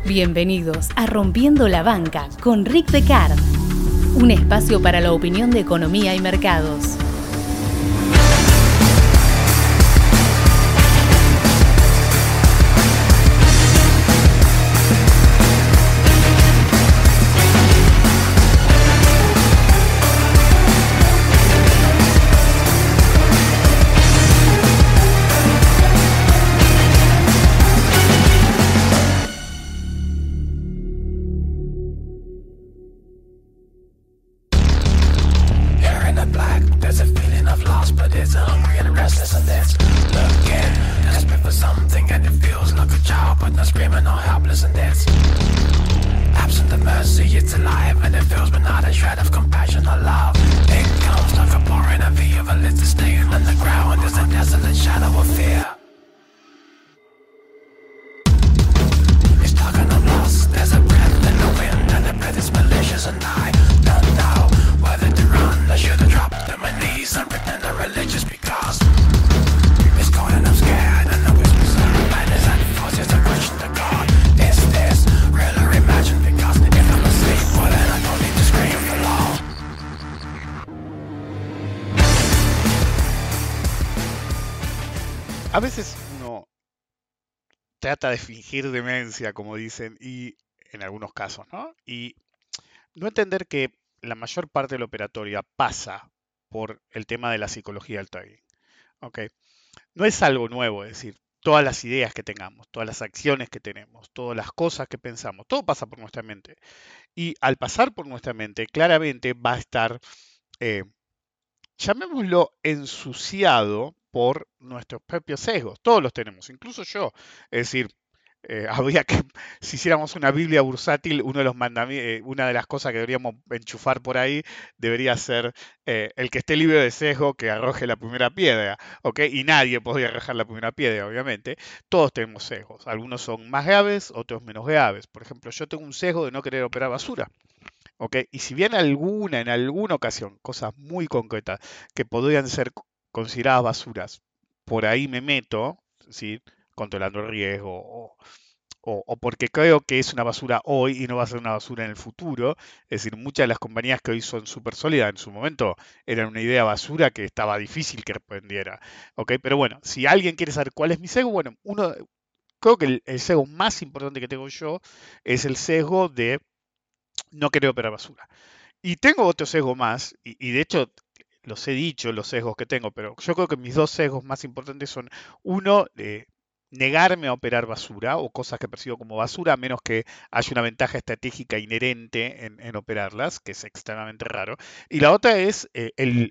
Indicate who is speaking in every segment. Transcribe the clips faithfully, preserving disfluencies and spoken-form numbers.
Speaker 1: Bienvenidos a Rompiendo la Banca con Rick Decard, un espacio para la opinión de economía y mercados.
Speaker 2: A veces uno trata de fingir demencia, como dicen, y en algunos casos, ¿no? Y no entender que la mayor parte de la operatoria pasa por el tema de la psicología del trading. ¿Ok? No es algo nuevo, es decir, todas las ideas que tengamos, todas las acciones que tenemos, todas las cosas que pensamos, todo pasa por nuestra mente. Y al pasar por nuestra mente, claramente va a estar, eh, llamémoslo, ensuciado por nuestros propios sesgos. Todos los tenemos, incluso yo. Es decir, eh, habría que, si hiciéramos una Biblia bursátil, uno de los mandami- eh, una de las cosas que deberíamos enchufar por ahí debería ser eh, el que esté libre de sesgo que arroje la primera piedra, ¿ok? Y nadie podría arrojar la primera piedra, obviamente. Todos tenemos sesgos. Algunos son más graves, otros menos graves. Por ejemplo, yo tengo un sesgo de no querer operar basura. ¿Ok? Y si bien alguna, en alguna ocasión, cosas muy concretas que podrían ser consideradas basuras, por ahí me meto, ¿sí? Controlando el riesgo o, o, o porque creo que es una basura hoy y no va a ser una basura en el futuro. Es decir, muchas de las compañías que hoy son súper sólidas en su momento eran una idea basura que estaba difícil que respondiera. ¿Ok? Pero bueno, si alguien quiere saber cuál es mi sesgo, bueno, uno, creo que el, el sesgo más importante que tengo yo es el sesgo de no querer operar basura. Y tengo otro sesgo más, y, y de hecho los he dicho, los sesgos que tengo, pero yo creo que mis dos sesgos más importantes son, uno, eh, negarme a operar basura o cosas que percibo como basura, a menos que haya una ventaja estratégica inherente en, en operarlas, que es extremadamente raro. Y la otra es eh, el,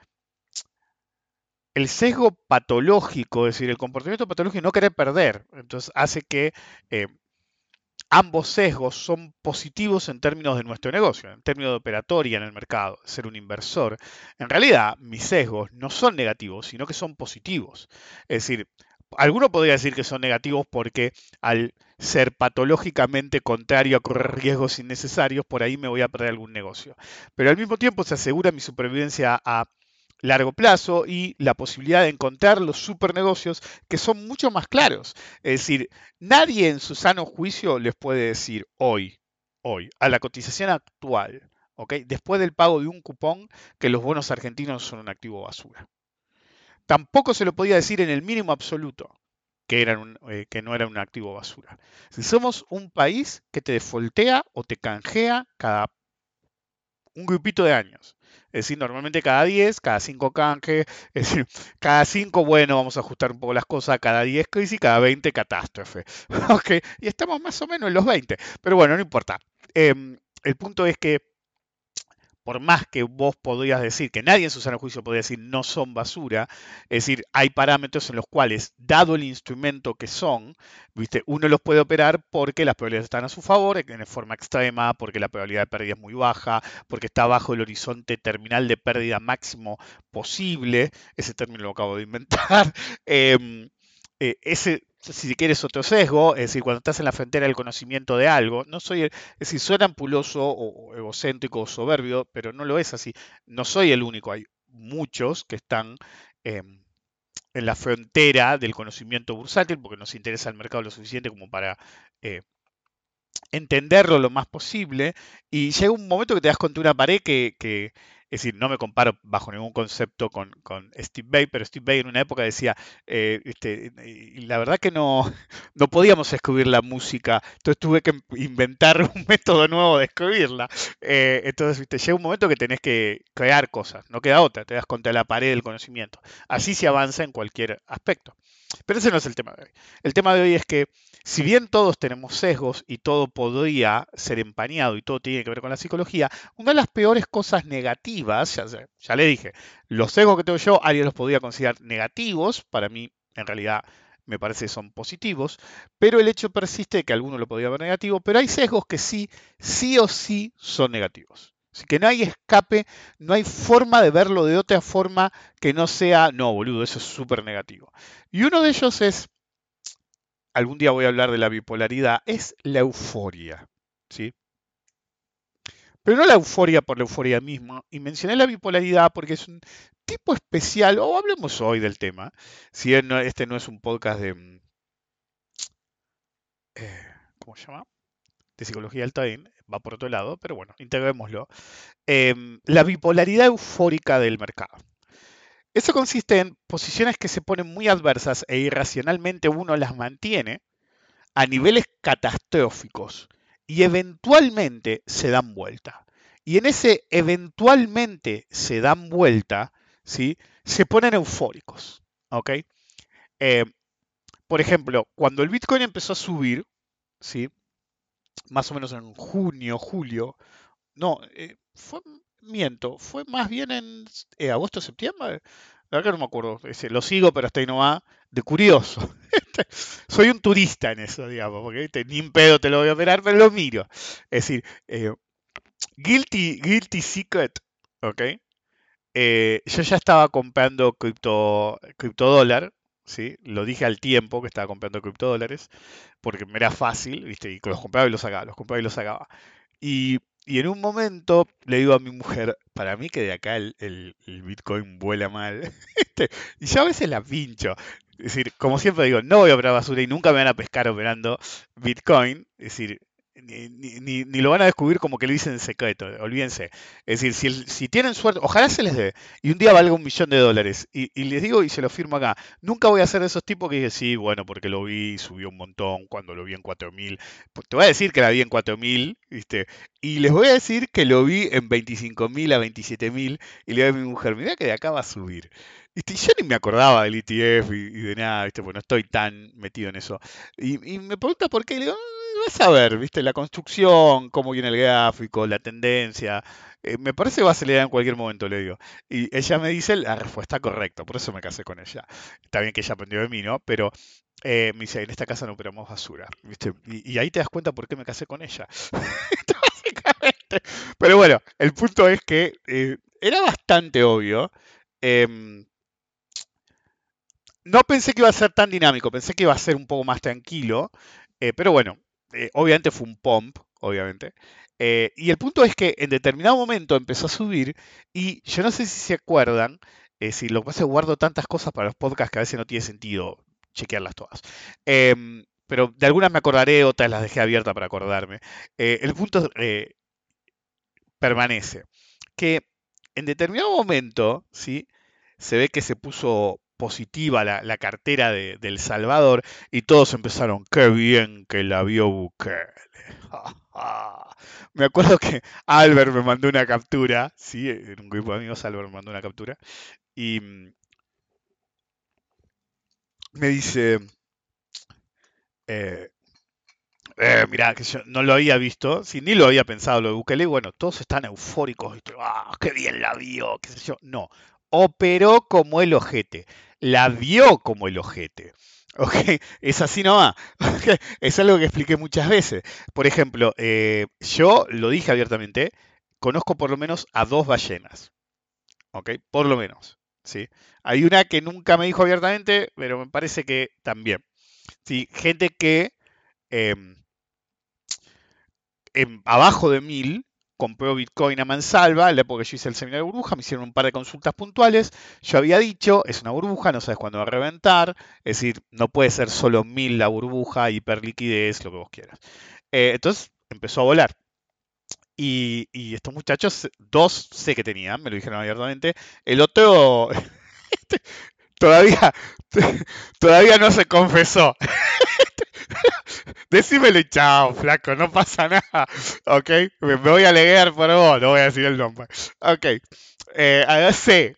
Speaker 2: el sesgo patológico, es decir, el comportamiento patológico de no querer perder. Entonces hace que eh, ambos sesgos son positivos en términos de nuestro negocio, en términos de operatoria en el mercado, ser un inversor. En realidad, mis sesgos no son negativos, sino que son positivos. Es decir, alguno podría decir que son negativos porque al ser patológicamente contrario a correr riesgos innecesarios, por ahí me voy a perder algún negocio. Pero al mismo tiempo se asegura mi supervivencia a largo plazo y la posibilidad de encontrar los supernegocios que son mucho más claros. Es decir, nadie en su sano juicio les puede decir hoy, hoy, a la cotización actual, ¿ok? Después del pago de un cupón, que los bonos argentinos son un activo basura. Tampoco se lo podía decir en el mínimo absoluto que, eran un, eh, que no era un activo basura. Si somos un país que te defoltea o te canjea cada un grupito de años. Es decir, normalmente cada diez, cada cinco canjes, es decir, cada cinco, bueno, vamos a ajustar un poco las cosas, cada diez crisis, cada veinte catástrofe. Ok, y estamos más o menos en los veinte, pero bueno, no importa. Eh, el punto es que por más que vos podrías decir, que nadie en su sano juicio podría decir no son basura, es decir, hay parámetros en los cuales, dado el instrumento que son, ¿viste? Uno los puede operar porque las probabilidades están a su favor, en forma extrema, porque la probabilidad de pérdida es muy baja, porque está bajo el horizonte terminal de pérdida máximo posible, ese término lo acabo de inventar, eh, eh, ese, si quieres, otro sesgo, es decir, cuando estás en la frontera del conocimiento de algo, no soy, el, es decir, suena ampuloso o, o egocéntrico o soberbio, pero no lo es así. No soy el único, hay muchos que están eh, en la frontera del conocimiento bursátil porque nos interesa el mercado lo suficiente como para eh, entenderlo lo más posible, y llega un momento que te das contra una pared que, que es decir, no me comparo bajo ningún concepto con, con Steve Vai, pero Steve Vai en una época decía, eh, este, y la verdad que no, no podíamos escribir la música, entonces tuve que inventar un método nuevo de escribirla. Eh, entonces, viste, llega un momento que tenés que crear cosas, no queda otra, te das contra la pared del conocimiento. Así se avanza en cualquier aspecto. Pero ese no es el tema de hoy. El tema de hoy es que si bien todos tenemos sesgos y todo podría ser empañado y todo tiene que ver con la psicología, una de las peores cosas negativas, ya, ya le dije, los sesgos que tengo yo, alguien los podría considerar negativos, para mí en realidad me parece que son positivos, pero el hecho persiste de que alguno lo podría ver negativo, pero hay sesgos que sí, sí o sí son negativos. Así que no hay escape, no hay forma de verlo de otra forma que no sea, no, boludo, eso es súper negativo. Y uno de ellos es, algún día voy a hablar de la bipolaridad, es la euforia, ¿sí? Pero no la euforia por la euforia misma. Y mencioné la bipolaridad porque es un tipo especial, o hablemos hoy del tema, si este no es un podcast de, eh, ¿cómo se llama? De psicología del time, va por otro lado, pero bueno, integrémoslo. Eh, la bipolaridad eufórica del mercado. Eso consiste en posiciones que se ponen muy adversas e irracionalmente uno las mantiene a niveles catastróficos y eventualmente se dan vuelta. Y en ese eventualmente se dan vuelta, ¿sí? Se ponen eufóricos. ¿Ok? Eh, por ejemplo, cuando el Bitcoin empezó a subir, ¿sí? Más o menos en junio, julio, no, eh, fue, miento, fue más bien en eh, agosto, septiembre. La verdad que no me acuerdo. Ese, lo sigo, pero hasta ahí no va. De curioso. Soy un turista en eso, digamos, porque ¿viste? Ni un pedo te lo voy a operar, pero lo miro. Es decir, eh, Guilty, Guilty Secret, ¿ok? Eh, yo ya estaba comprando cripto, criptodólar, ¿sí? Lo dije al tiempo que estaba comprando criptodólares, porque me era fácil, ¿viste? Y los compraba y los sacaba, los compraba y los sacaba. Y, y en un momento le digo a mi mujer, para mí que de acá el, el- el Bitcoin vuela mal. ¿viste? Y yo a veces la pincho. Es decir, como siempre digo, no voy a operar basura y nunca me van a pescar operando Bitcoin. Es decir, ni, ni- ni- ni lo van a descubrir como que lo dicen en secreto, olvídense. Es decir, si, el- si tienen suerte, ojalá se les dé, y un día valga un millón de dólares. Y, y les digo y se lo firmo acá, nunca voy a ser de esos tipos que dicen, sí, bueno, porque lo vi y subió un montón cuando lo vi en cuatro mil. Pues te voy a decir que la vi en cuatro mil, ¿viste? Y les voy a decir que lo vi en veinticinco mil a veintisiete mil. Y le digo a mi mujer, mirá que de acá va a subir. ¿Viste? Y yo ni me acordaba del E T F y, y de nada, ¿viste? Pues no estoy tan metido en eso. Y, y me pregunta por qué. Y le digo, "Mm, vas a ver, ¿viste? La construcción, cómo viene el gráfico, la tendencia. Eh, me parece que va a acelerar en cualquier momento, le digo. Y ella me dice la respuesta correcta, por eso me casé con ella. Está bien que ella aprendió de mí, ¿no? Pero eh, me dice, en esta casa no operamos basura, ¿viste? Y, y ahí te das cuenta por qué me casé con ella. Básicamente. Pero bueno, el punto es que eh, era bastante obvio. em, no pensé que iba a ser tan dinámico, pensé que iba a ser un poco más tranquilo, eh, pero bueno, eh, obviamente fue un pump, obviamente. Eh, y el punto es que en determinado momento empezó a subir y yo no sé si se acuerdan, eh, si lo que pasa es que guardo tantas cosas para los podcasts que a veces no tiene sentido chequearlas todas. Em, pero de algunas me acordaré, otras las dejé abiertas para acordarme. Eh, el punto eh, permanece, que en determinado momento, ¿sí? Se ve que se puso positiva la, la cartera de, de El Salvador y todos empezaron, qué bien que la vio Bukele. Me acuerdo que Albert me mandó una captura, sí, en un grupo de amigos Albert me mandó una captura y mm, me dice, eh, eh, mirá, que yo no lo había visto, sí, ni lo había pensado lo de Bukele, y bueno, todos están eufóricos, ¿viste? ¡Ah, qué bien la vio! ¿Qué sé yo? No, operó como el ojete, la vio como el ojete. ¿Ok? Es así nomás. ¿Ok? Es algo que expliqué muchas veces. Por ejemplo, eh, yo lo dije abiertamente, conozco por lo menos a dos ballenas. ¿Ok? Por lo menos. ¿Sí? Hay una que nunca me dijo abiertamente, pero me parece que también. ¿Sí? Gente que em, en, abajo de mil, compró Bitcoin a mansalva, en la época que yo hice el seminario de burbuja, me hicieron un par de consultas puntuales, yo había dicho, es una burbuja, no sabes cuándo va a reventar, es decir, no puede ser solo mil la burbuja, hiperliquidez, lo que vos quieras. Eh, entonces, empezó a volar. Y, y estos muchachos, dos sé que tenían, me lo dijeron abiertamente. El otro todavía, todavía no se confesó. Decímelo y chao, flaco, no pasa nada. Ok, me me voy a alegar por vos, no voy a decir el nombre. Ok, eh, a ver, sé.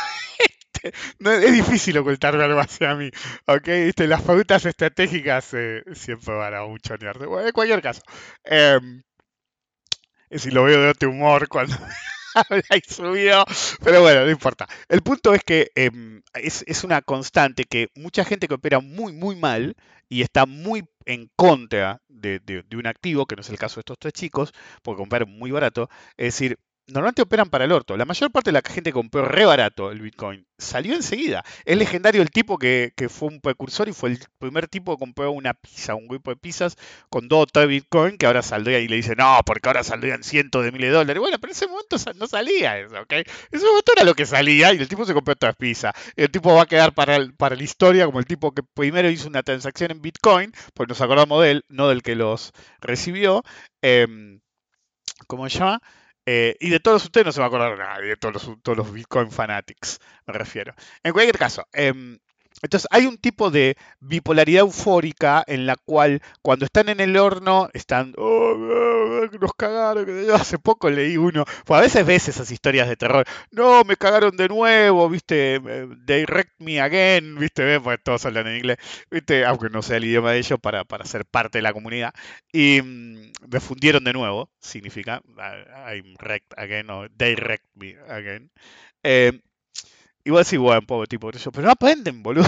Speaker 2: No, es difícil ocultarme algo hacia mí. Ok, ¿viste? Las pautas estratégicas eh, siempre van a mucho nerd. Bueno, en cualquier caso. em, si lo veo de otro humor cuando habla y subió. Pero bueno, no importa. El punto es que em, es, es una constante que mucha gente que opera muy, muy mal y está muy en contra de, de- de un activo, que no es el caso de estos tres chicos, porque compraron muy barato. Es decir, normalmente operan para el orto. La mayor parte de la gente que compró re barato el Bitcoin salió enseguida. Es legendario el tipo que, que fue un precursor y fue el primer tipo que compró una pizza, un grupo de pizzas con dos o tres Bitcoin que ahora saldría y le dice, no, porque ahora saldrían cientos de miles de dólares. Bueno, pero en ese momento no salía eso, ¿ok? En ese momento era lo que salía y el tipo se compró todas pizzas. El tipo va a quedar para, el- para la historia como el tipo que primero hizo una transacción en Bitcoin, pues nos acordamos de él, no del que los recibió. Em, ¿Cómo se llama? Eh, y de todos ustedes no se va a acordar nadie, de todos los, todos los Bitcoin fanatics, me refiero. En cualquier caso, em, entonces hay un tipo de bipolaridad eufórica en la cual cuando están en el horno están, oh, oh, oh, nos cagaron. Que yo hace poco leí uno, pues a veces ves esas historias de terror, no, me cagaron de nuevo, viste, eh, direct me again, viste, ves, pues todos hablan en inglés, viste, aunque no sea el idioma de ellos para, para ser parte de la comunidad. Y mm, me fundieron de nuevo, significa I- I'm wrecked again o they wrecked me again. Eh, igual sí, bueno, pobre tipo, pero no aprenden, boludo.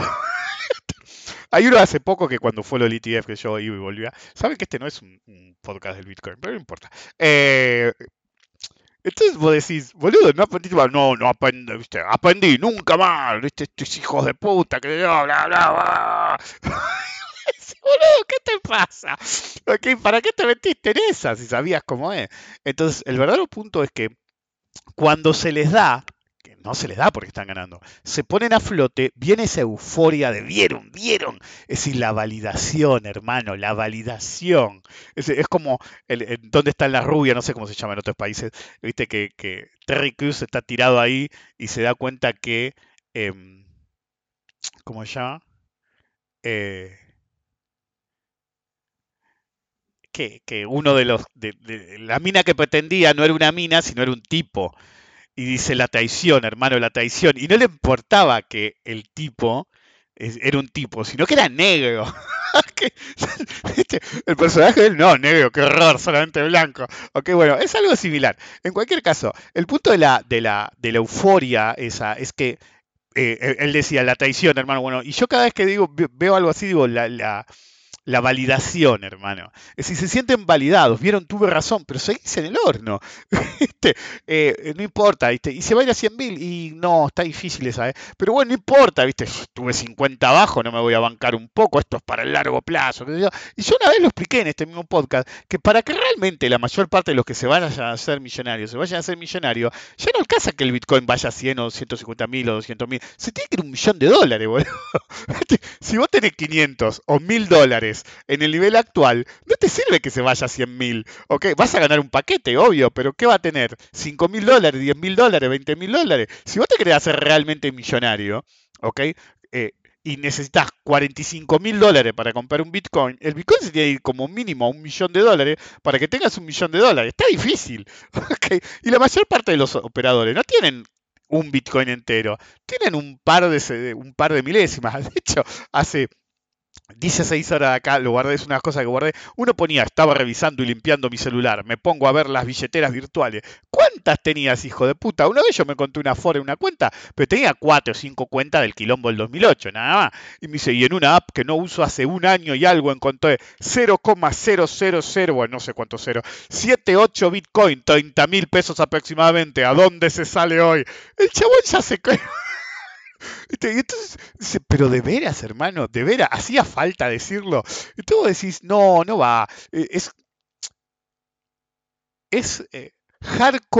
Speaker 2: Hay uno hace poco que cuando fue lo del E T F que yo iba y volvía, saben que este no es un, un podcast del Bitcoin, pero no importa. Eh, entonces vos decís, boludo, no aprendí, no, no aprendí, viste, aprendí, nunca más, viste, estos hijos de puta, que yo, bla, bla, bla. Sí, boludo, ¿qué te pasa? Ok, ¿para qué te metiste en esa si sabías cómo es? Entonces, el verdadero punto es que cuando se les da, que no se les da porque están ganando, se ponen a flote, viene esa euforia de vieron, vieron. Es decir, la validación, hermano, la validación. Es, es como el, el- dónde está la rubia, no sé cómo se llama en otros países, viste que, que Terry Crews está tirado ahí y se da cuenta que, em, ¿cómo se llama? Eh, que, que uno de los, de, de- la mina que pretendía no era una mina, sino era un tipo. Y dice la traición, hermano, la traición. Y no le importaba que el tipo es- era un tipo, sino que era negro. Que- ¿viste? El personaje de él, no, negro, qué horror, solamente blanco. Ok, bueno, es algo similar. En cualquier caso, el punto de la, de la, de la euforia esa es que eh, él él decía la traición, hermano. Bueno, y yo cada vez que digo, ve- veo algo así, digo, la, la, la validación, hermano. Es decir, se sienten validados, vieron, tuve razón, pero seguís en el horno. ¿Viste? Eh, no importa, ¿viste? Y se va a ir a cien mil y no, está difícil esa, ¿eh? Pero bueno, no importa, ¿viste? Tuve cincuenta abajo, no me voy a bancar un poco, esto es para el largo plazo. qué sé yo. Y yo una vez lo expliqué en este mismo podcast, que para que realmente la mayor parte de los que se vayan a hacer millonarios, se vayan a hacer millonarios, ya no alcanza que el Bitcoin vaya a cien o ciento cincuenta mil o doscientos mil, se tiene que ir un millón de dólares, boludo. Si vos tenés quinientos o mil dólares en el nivel actual, no te sirve que se vaya a cien mil. Ok, vas a ganar un paquete, obvio, pero ¿qué va a tener? ¿cinco mil dólares, diez mil dólares, veinte mil dólares? Si vos te querés hacer realmente millonario, ok, eh, y necesitas cuarenta y cinco mil dólares para comprar un Bitcoin, el Bitcoin se tiene que ir como mínimo a un millón de dólares para que tengas un millón de dólares. Está difícil. Ok, y la mayor parte de los operadores no tienen un Bitcoin entero, tienen un par de, un par de milésimas. De hecho, hace dieciséis horas de acá, lo guardé, es una cosa que guardé. Uno ponía, estaba revisando y limpiando mi celular, me pongo a ver las billeteras virtuales. ¿Cuántas tenías, hijo de puta? Uno de ellos me contó una fora, una cuenta, pero tenía cuatro o cinco cuentas del quilombo del dos mil ocho, nada más. Y me dice, y en una app que no uso hace un año y algo encontré cero coma cero cero cero, bueno, no sé cuánto cero, siete ocho Bitcoin, treinta mil pesos aproximadamente. ¿A dónde se sale hoy? El chabón ya se... ¿Viste? Y entonces dice, pero de veras, hermano, de veras, hacía falta decirlo. Y tú decís, no, no va. Eh, Es, es eh, hardcore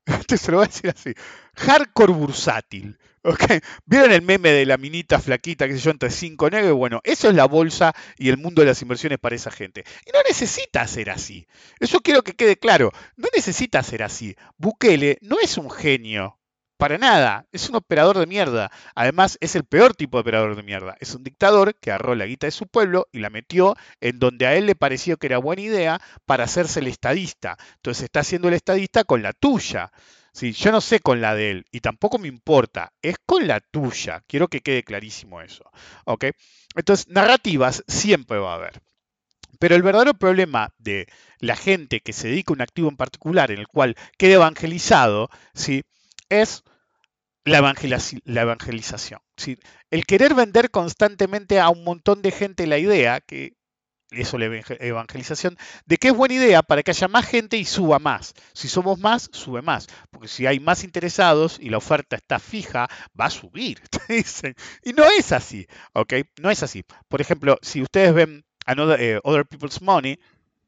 Speaker 2: Este se lo voy a decir así. Hardcore bursátil. ¿Okay? ¿Vieron el meme de la minita flaquita, que sé yo, entre cinco negros? Bueno, eso es la bolsa y el mundo de las inversiones para esa gente. Y no necesita ser así. Eso quiero que quede claro. No necesita ser así. Bukele no es un genio. Para nada. Es un operador de mierda. Además, es el peor tipo de operador de mierda. Es un dictador que agarró la guita de su pueblo y la metió en donde a él le pareció que era buena idea para hacerse el estadista. Entonces está haciendo el estadista con la tuya. Sí, yo no sé con la de él y tampoco me importa, es con la tuya. Quiero que quede clarísimo eso. ¿Ok? Entonces, narrativas siempre va a haber. Pero el verdadero problema de la gente que se dedica a un activo en particular en el cual queda evangelizado, ¿sí? Es la, evangeliz la evangelización. ¿Sí? El querer vender constantemente a un montón de gente la idea, que eso la evangelización, de que es buena idea para que haya más gente y suba más. Si somos más, sube más. Porque si hay más interesados y la oferta está fija, va a subir. Dicen. Y no es así, ¿ok? No es así. Por ejemplo, si ustedes ven Another, eh, Other People's Money,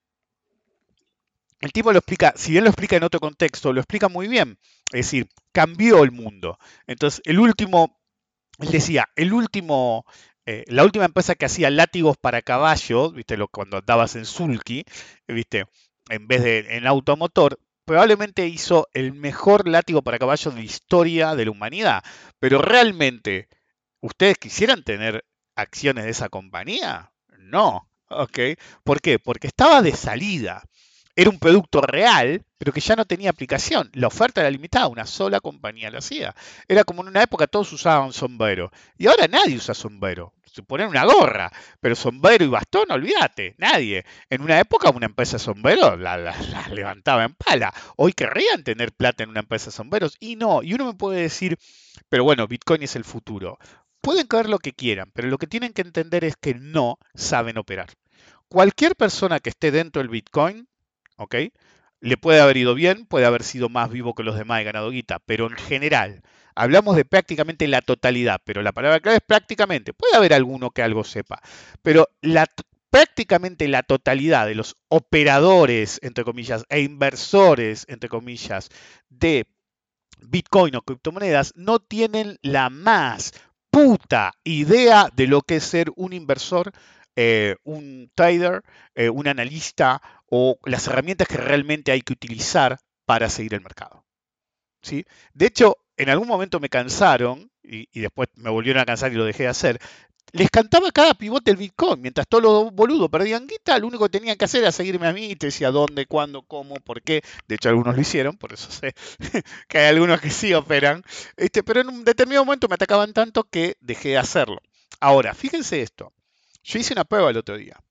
Speaker 2: el tipo lo explica, si bien lo explica en otro contexto, lo explica muy bien. Es decir, cambió el mundo. Entonces, el último, él decía, el último, eh, la última empresa que hacía látigos para caballo, viste, lo, cuando andabas en sulky, viste, en vez de en automotor, probablemente hizo el mejor látigo para caballo de la historia de la humanidad. Pero realmente, ¿ustedes quisieran tener acciones de esa compañía? No. ¿Ok? ¿Por qué? Porque estaba de salida. Era un producto real, pero que ya no tenía aplicación. La oferta era limitada, una sola compañía lo hacía. Era como en una época todos usaban sombrero. Y ahora nadie usa sombrero. Se ponen una gorra, pero sombrero y bastón, olvídate, nadie. En una época una empresa de sombreros la, la, la levantaba en pala. Hoy querrían tener plata en una empresa de sombreros y no. Y uno me puede decir, pero bueno, Bitcoin es el futuro. Pueden creer lo que quieran, pero lo que tienen que entender es que no saben operar. Cualquier persona que esté dentro del Bitcoin, ¿ok? Le puede haber ido bien, puede haber sido más vivo que los demás y ganado guita, pero en general, hablamos de prácticamente la totalidad, pero la palabra clave es prácticamente. Puede haber alguno que algo sepa, pero la, prácticamente la totalidad de los operadores, entre comillas, e inversores, entre comillas, de Bitcoin o criptomonedas no tienen la más puta idea de lo que es ser un inversor, eh, un trader, eh, un analista o las herramientas que realmente hay que utilizar para seguir el mercado. ¿Sí? De hecho, en algún momento me cansaron y, y después me volvieron a cansar y lo dejé de hacer. Les cantaba cada pivote del Bitcoin, mientras todos los boludos perdían guita, lo único que tenían que hacer era seguirme a mí y te decía dónde, cuándo, cómo, por qué. De hecho, algunos lo hicieron, por eso sé que hay algunos que sí operan. Este, pero en un determinado momento me atacaban tanto que dejé de hacerlo. Ahora, fíjense esto. Yo hice una prueba el otro día.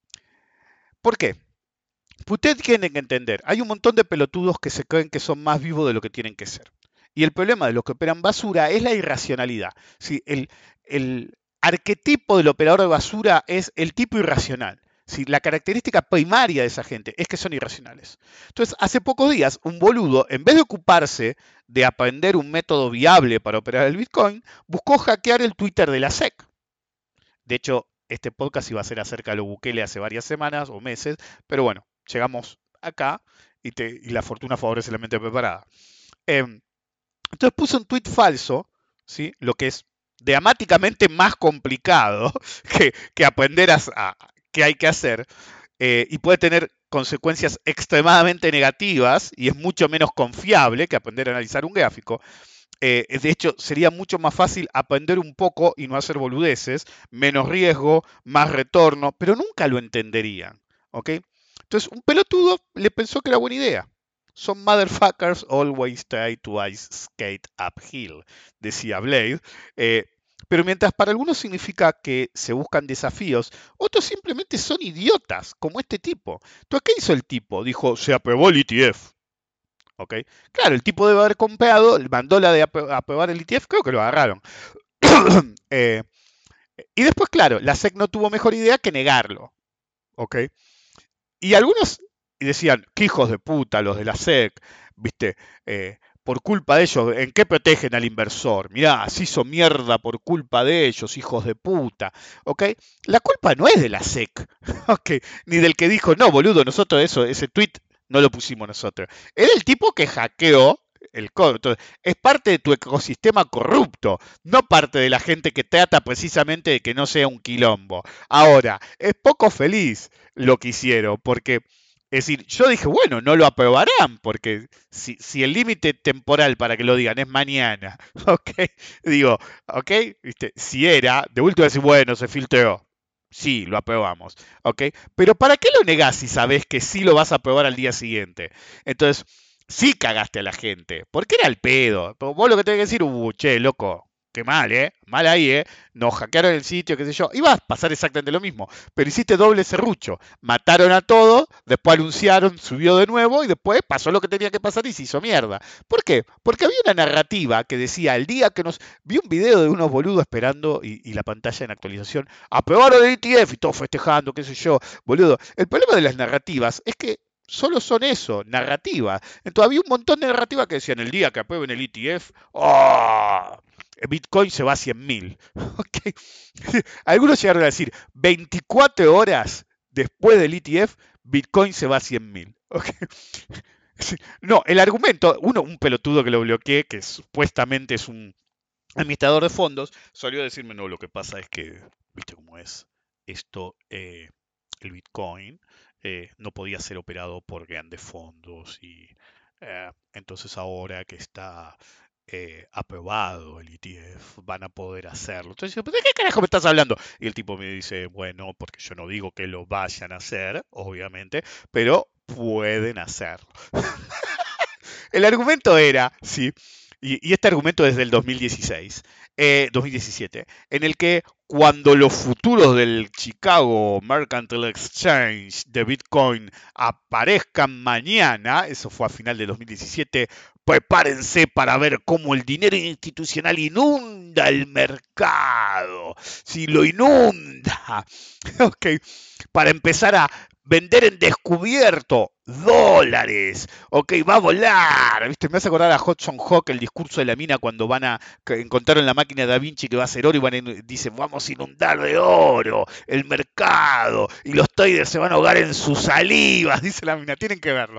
Speaker 2: ¿Por qué? Ustedes tienen que entender, hay un montón de pelotudos que se creen que son más vivos de lo que tienen que ser. Y el problema de los que operan basura es la irracionalidad. ¿Sí? El, el arquetipo del operador de basura es el tipo irracional. ¿Sí? La característica primaria de esa gente es que son irracionales. Entonces, hace pocos días, un boludo, en vez de ocuparse de aprender un método viable para operar el Bitcoin, buscó hackear el Twitter de la S E C. De hecho, este podcast iba a ser acerca de lo Bukele hace varias semanas o meses, pero bueno, llegamos acá y, te, y la fortuna favorece la mente preparada. Eh, entonces puso un tweet falso, ¿sí? Lo que es dramáticamente más complicado que, que aprender a, a qué hay que hacer eh, y puede tener consecuencias extremadamente negativas y es mucho menos confiable que aprender a analizar un gráfico. Eh, de hecho, sería mucho más fácil aprender un poco y no hacer boludeces, menos riesgo, más retorno, pero nunca lo entenderían. ¿Ok? Entonces, un pelotudo le pensó que era buena idea. Some motherfuckers always try to ice skate uphill, decía Blade. Eh, pero mientras para algunos significa que se buscan desafíos, otros simplemente son idiotas, como este tipo. Entonces, ¿qué hizo el tipo? Dijo, se aprobó el E T F. ¿Okay? Claro, el tipo debe haber comprado, mandó la de aprobar el E T F, creo que lo agarraron. eh, y después, claro, la S E C no tuvo mejor idea que negarlo. ¿Okay? Y algunos decían, qué hijos de puta los de la S E C, ¿viste? Eh, por culpa de ellos, ¿en qué protegen al inversor? Mirá, se hizo mierda por culpa de ellos, hijos de puta. ¿Ok? La culpa no es de la S E C, ¿okay? Ni del que dijo, no, boludo, nosotros eso, ese tweet no lo pusimos nosotros. Era el tipo que hackeó el código. Entonces, es parte de tu ecosistema corrupto, no parte de la gente que trata precisamente de que no sea un quilombo. Ahora, es poco feliz lo que hicieron, porque, es decir, yo dije, bueno, no lo aprobarán, porque si, si el límite temporal para que lo digan es mañana, ¿ok? Digo, ¿ok? ¿Viste? Si era, de último decir, bueno, se filtró. Sí, lo aprobamos, ¿ok? Pero ¿para qué lo negás si sabés que sí lo vas a aprobar al día siguiente? Entonces, sí cagaste a la gente, porque era el pedo. Pero vos lo que tenés que decir, uh, che, loco, qué mal, ¿eh? Mal ahí, ¿eh? Nos hackearon el sitio, qué sé yo. Iba a pasar exactamente lo mismo, pero hiciste doble serrucho. Mataron a todos, después anunciaron, subió de nuevo y después pasó lo que tenía que pasar y se hizo mierda. ¿Por qué? Porque había una narrativa que decía, el día que nos... Vi un video de unos boludos esperando y, y la pantalla en actualización, aprobaron el E T F y todos festejando, qué sé yo, boludo. El problema de las narrativas es que solo son eso, narrativa. Entonces había un montón de narrativas que decían, el día que aprueben el E T F, ¡oh! Bitcoin se va a cien mil. ¿Okay? Algunos llegaron a decir, veinticuatro horas después del E T F, Bitcoin se va a cien mil. ¿Okay? No, el argumento, uno, un pelotudo que lo bloqueé, que supuestamente es un administrador de fondos, salió a decirme, no, lo que pasa es que, viste cómo es esto, eh, el Bitcoin eh, no podía ser operado por grandes fondos y eh, entonces ahora que está eh, aprobado el E T F van a poder hacerlo. Entonces, ¿de qué carajo me estás hablando? Y el tipo me dice, bueno, porque yo no digo que lo vayan a hacer, obviamente, pero pueden hacerlo. El argumento era, sí, y, y este argumento es del dos mil dieciséis, eh, dos mil diecisiete, en el que cuando los futuros del Chicago Mercantile Exchange de Bitcoin aparezcan mañana, eso fue a final de dos mil diecisiete, prepárense para ver cómo el dinero institucional inunda el mercado. Si lo inunda, ok, para empezar a vender en descubierto dólares, ok, va a volar, ¿viste? Me hace acordar a Hudson Hawk, el discurso de la mina cuando van a, que encontraron la máquina de Da Vinci que va a hacer oro y van a, dicen, vamos a inundar de oro el mercado y los traders se van a ahogar en sus salivas, dice la mina, tienen que verlo.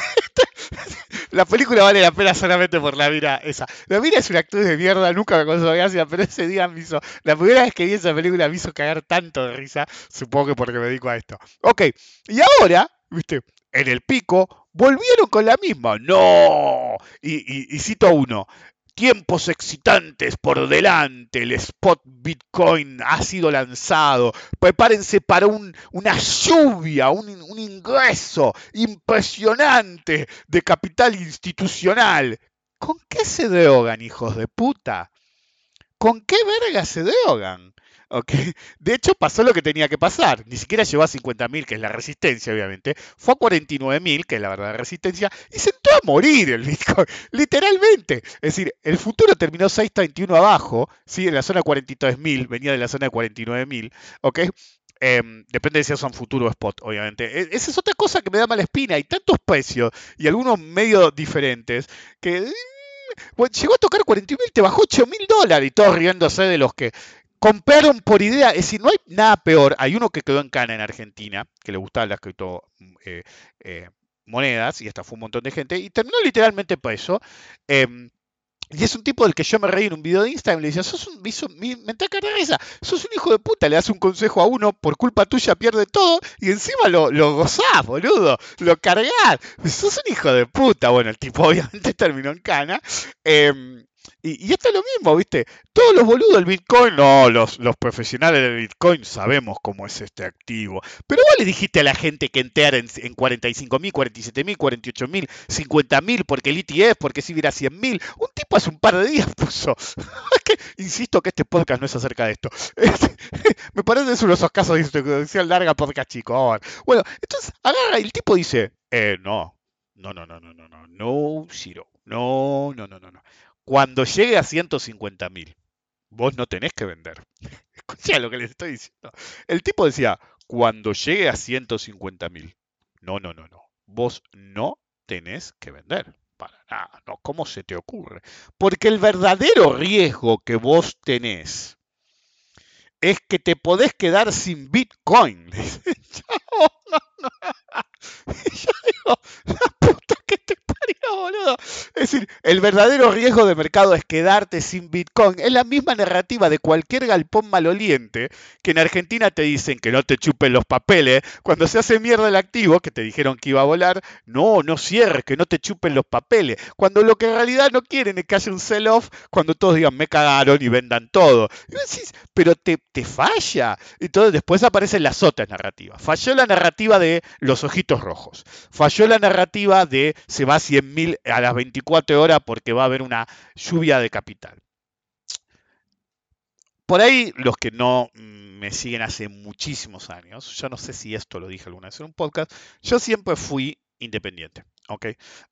Speaker 2: La película vale la pena solamente por la mina esa. La mina es una actriz de mierda, nunca me causó gracia, pero ese día me hizo... La primera vez que vi esa película me hizo cagar tanto de risa, supongo que porque me dedico a esto. Ok, y ahora, viste, en el pico, volvieron con la misma. ¡No! Y, y, y cito a uno. Tiempos excitantes por delante, el spot Bitcoin ha sido lanzado, prepárense para un, una lluvia, un, un ingreso impresionante de capital institucional. ¿Con qué se drogan, hijos de puta? ¿Con qué verga se drogan? Okay. De hecho, pasó lo que tenía que pasar. Ni siquiera llegó a cincuenta mil, que es la resistencia, obviamente. Fue a cuarenta y nueve mil, que es la verdadera resistencia. Y se entró a morir el Bitcoin. Literalmente. Es decir, el futuro terminó seis treinta y uno abajo. ¿Sí? En la zona de cuarenta y tres mil. Venía de la zona de cuarenta y nueve mil. ¿Ok? Eh, depende de si son futuro o spot, obviamente. E esa es otra cosa que me da mala espina. Hay tantos precios y algunos medio diferentes que... Bueno, llegó a tocar cuarenta mil, te bajó ocho mil dólares y todos riéndose de los que compraron por idea. Es decir, no hay nada peor. Hay uno que quedó en cana en Argentina, que le gustaban las criptomonedas eh, eh, monedas, y estafó un montón de gente, y terminó literalmente preso. Eh, y es un tipo del que yo me reí en un video de Instagram y le decía, sos un, me, me entra cara de risa, sos un hijo de puta, le das un consejo a uno, por culpa tuya pierde todo, y encima lo, lo gozás, boludo, lo cargás, sos un hijo de puta. Bueno, el tipo obviamente terminó en cana. Eh, y, y esto es lo mismo, ¿viste? Todos los boludos del Bitcoin, no, los, los profesionales del Bitcoin sabemos cómo es este activo. Pero vos le dijiste a la gente que entrara en, en cuarenta y cinco mil, cuarenta y siete mil, cuarenta y ocho mil, cincuenta mil, porque el E T F, porque si hubiera cien mil. Un tipo hace un par de días puso. que, insisto que este podcast no es acerca de esto. Este, me parece que es uno de esos casos de introducción larga podcast chico. Bueno, entonces agarra y el tipo dice, eh, no, no, no, no, no, no, no, no, Ciro, no, no, no, no, no. Cuando llegue a ciento cincuenta mil, vos no tenés que vender. Escucha lo que les estoy diciendo. El tipo decía, cuando llegue a ciento cincuenta mil, no, no, no, no. Vos no tenés que vender. Para nada, no. ¿Cómo se te ocurre? Porque el verdadero riesgo que vos tenés es que te podés quedar sin Bitcoin. no, no, no. Y yo digo, la puta que te parió. No, boludo. Es decir, el verdadero riesgo de mercado es quedarte sin Bitcoin. Es la misma narrativa de cualquier galpón maloliente que en Argentina te dicen que no te chupen los papeles. Cuando se hace mierda el activo, que te dijeron que iba a volar, no, no cierres, que no te chupen los papeles. Cuando lo que en realidad no quieren es que haya un sell-off, cuando todos digan me cagaron y vendan todo. Y vos decís, pero te, te falla. Entonces después aparecen las otras narrativas. Falló la narrativa de los ojitos rojos. Falló la narrativa de se va a cien mil a las veinticuatro horas porque va a haber una lluvia de capital. Por ahí, los que no me siguen hace muchísimos años, yo no sé si esto lo dije alguna vez en un podcast, yo siempre fui independiente, ¿ok?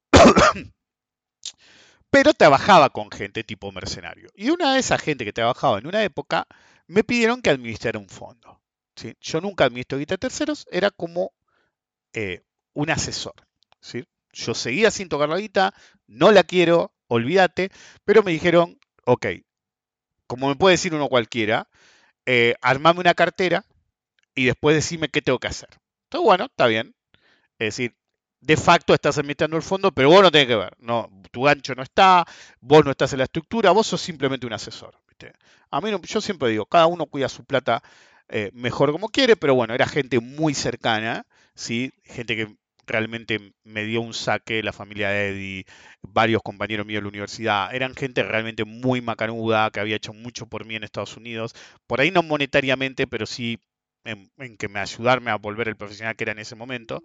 Speaker 2: Pero trabajaba con gente tipo mercenario. Y una de esa gente que trabajaba en una época, me pidieron que administrara un fondo. ¿Sí? Yo nunca administro guita de terceros, era como eh, un asesor. ¿Sí? Yo seguía sin tocar la guita, no la quiero, olvídate, pero me dijeron, ok, como me puede decir uno cualquiera, eh, armame una cartera y después decime qué tengo que hacer. Entonces, bueno, está bien. Es decir, de facto estás administrando el fondo, pero vos no tenés que ver. No, tu gancho no está, vos no estás en la estructura, vos sos simplemente un asesor. ¿Viste? A mí no, yo siempre digo, cada uno cuida su plata eh, mejor como quiere, pero bueno, era gente muy cercana, ¿sí? Gente que realmente me dio un saque, la familia de Eddie, varios compañeros míos de la universidad, eran gente realmente muy macanuda, que había hecho mucho por mí en Estados Unidos, por ahí no monetariamente, pero sí en, en que me ayudarme a volver el profesional que era en ese momento,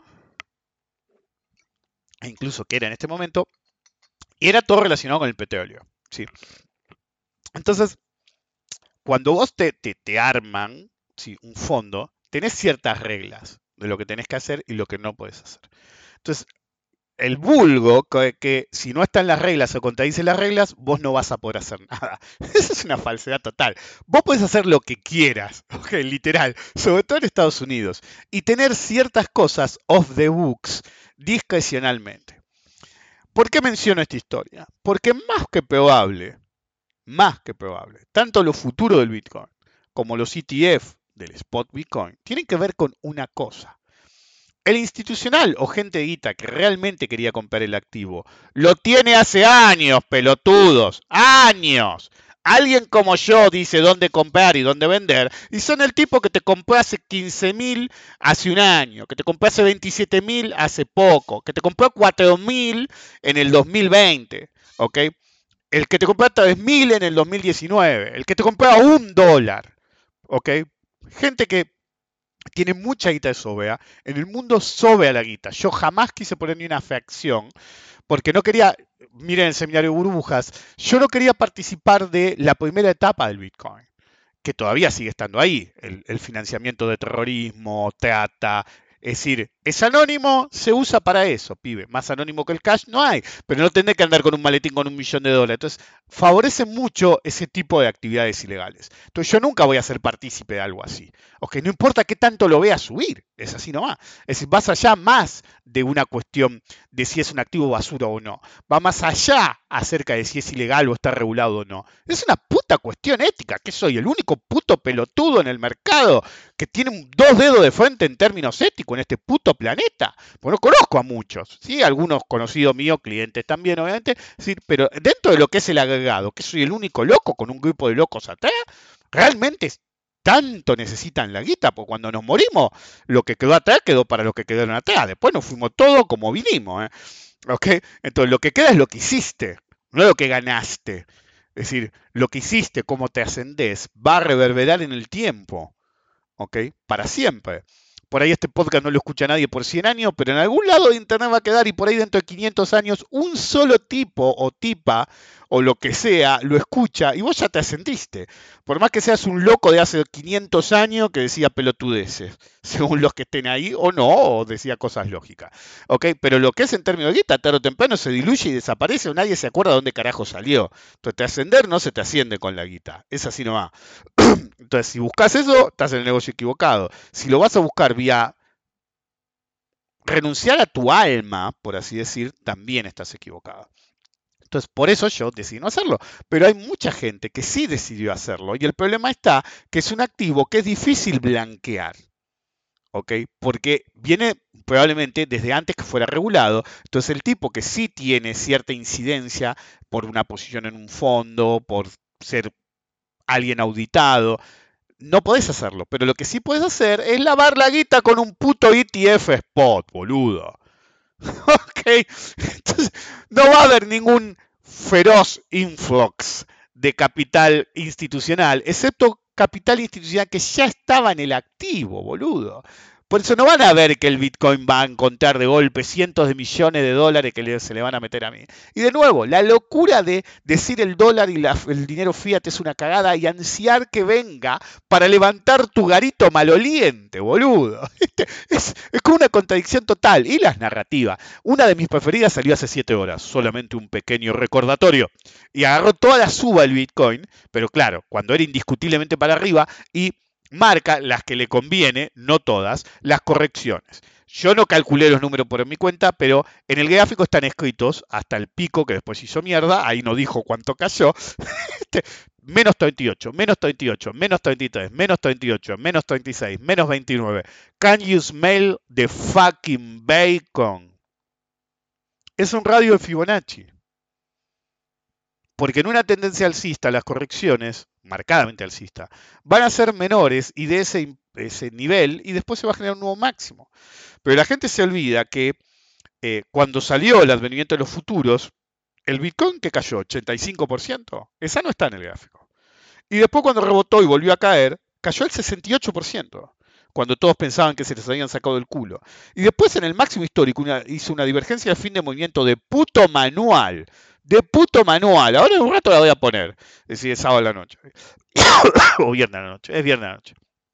Speaker 2: e incluso que era en este momento, y era todo relacionado con el petróleo, ¿sí? Entonces, cuando vos te, te, te arman, ¿sí?, un fondo, tenés ciertas reglas de lo que tenés que hacer y lo que no podés hacer. Entonces, el vulgo, que, que si no están las reglas o contradicen las reglas, vos no vas a poder hacer nada. Eso es una falsedad total. Vos podés hacer lo que quieras, ¿ok? Literal, sobre todo en Estados Unidos, y tener ciertas cosas off the books discrecionalmente. ¿Por qué menciono esta historia? Porque más que probable, más que probable, tanto lo futuro del Bitcoin como los E T F del spot Bitcoin tienen que ver con una cosa. El institucional o gente guita que realmente quería comprar el activo lo tiene hace años, pelotudos, años. Alguien como yo dice dónde comprar y dónde vender, y son el tipo que te compró hace quince mil hace un año, que te compró hace veintisiete mil hace poco, que te compró cuatro mil en el dos mil veinte, ¿ok? El que te compró a tres mil en el dos mil diecinueve, el que te compró a un dólar, ¿ok? Gente que tiene mucha guita de sobea. En el mundo sobea la guita. Yo jamás quise poner ni una fracción porque no quería, miren el seminario Burbujas, yo no quería participar de la primera etapa del Bitcoin, que todavía sigue estando ahí, el, el financiamiento de terrorismo, trata. Es decir, es anónimo, se usa para eso, pibe. Más anónimo que el cash no hay, pero no tendré que andar con un maletín con un millón de dólares. Entonces, favorece mucho ese tipo de actividades ilegales. Entonces, yo nunca voy a ser partícipe de algo así. Ok, no importa qué tanto lo vea subir, es así nomás. Es decir, vas allá más de una cuestión de si es un activo basura o no. Va más allá acerca de si es ilegal o está regulado o no. Es una puta cuestión ética. ¿Qué soy? ¿El único puto pelotudo en el mercado que tiene dos dedos de frente en términos éticos en este puto planeta? Pues no conozco a muchos, ¿sí? Algunos conocidos míos, clientes también, obviamente, ¿sí? Pero dentro de lo que es el agregado, que soy el único loco con un grupo de locos atrás, realmente tanto necesitan la guita, porque cuando nos morimos, lo que quedó atrás quedó para los que quedaron atrás. Después nos fuimos todos como vinimos, ¿eh? ¿Ok? Entonces lo que queda es lo que hiciste, no lo que ganaste. Es decir, lo que hiciste, cómo te ascendés, va a reverberar en el tiempo, ¿ok? Para siempre. Por ahí este podcast no lo escucha nadie por cien años, pero en algún lado de internet va a quedar y por ahí dentro de quinientos años un solo tipo o tipa o lo que sea lo escucha y vos ya te ascendiste. Por más que seas un loco de hace quinientos años que decía pelotudeces, según los que estén ahí o no, o decía cosas lógicas. ¿Ok? Pero lo que es en términos de guita, tarde o temprano se diluye y desaparece o nadie se acuerda de dónde carajo salió. Entonces te ascender no se te asciende con la guita. Es así nomás. Entonces, si buscas eso, estás en el negocio equivocado. Si lo vas a buscar vía renunciar a tu alma, por así decir, también estás equivocado. Entonces, por eso yo decidí no hacerlo. Pero hay mucha gente que sí decidió hacerlo. Y el problema está que es un activo que es difícil blanquear. ¿ok? Porque viene probablemente desde antes que fuera regulado. Entonces el tipo que sí tiene cierta incidencia por una posición en un fondo, por ser alguien auditado, no podés hacerlo. Pero lo que sí podés hacer es lavar la guita con un puto E T F spot, boludo. ¿Ok? Entonces no va a haber ningún feroz influx de capital institucional, excepto capital institucional que ya estaba en el activo, boludo. Por eso no van a ver que el Bitcoin va a encontrar de golpe cientos de millones de dólares que le, se le van a meter a mí. Y de nuevo, la locura de decir el dólar y la, el dinero fiat es una cagada y ansiar que venga para levantar tu garito maloliente, boludo. Es, es como una contradicción total. Y las narrativas. Una de mis preferidas salió hace siete horas, solamente un pequeño recordatorio. Y agarró toda la suba el Bitcoin, pero claro, cuando era indiscutiblemente para arriba, y marca las que le conviene, no todas, las correcciones. Yo no calculé los números por mi cuenta, pero en el gráfico están escritos hasta el pico que después hizo mierda, ahí no dijo cuánto cayó, menos treinta y ocho, menos treinta y ocho, menos treinta y tres, menos treinta y ocho, menos treinta y seis, menos veintinueve. Can you smell the fucking bacon? Es un radio de Fibonacci. Porque en una tendencia alcista las correcciones, marcadamente alcista, van a ser menores y de ese, ese nivel y después se va a generar un nuevo máximo. Pero la gente se olvida que eh, cuando salió el advenimiento de los futuros, el Bitcoin que cayó ochenta y cinco por ciento, esa no está en el gráfico. Y después cuando rebotó y volvió a caer, cayó el sesenta y ocho por ciento, cuando todos pensaban que se les habían sacado del culo. Y después en el máximo histórico una, hizo una divergencia de fin de movimiento de puto manual. De puto manual. Ahora en un rato la voy a poner. Es decir, es sábado a la noche. O viernes a la noche. Es viernes a la noche.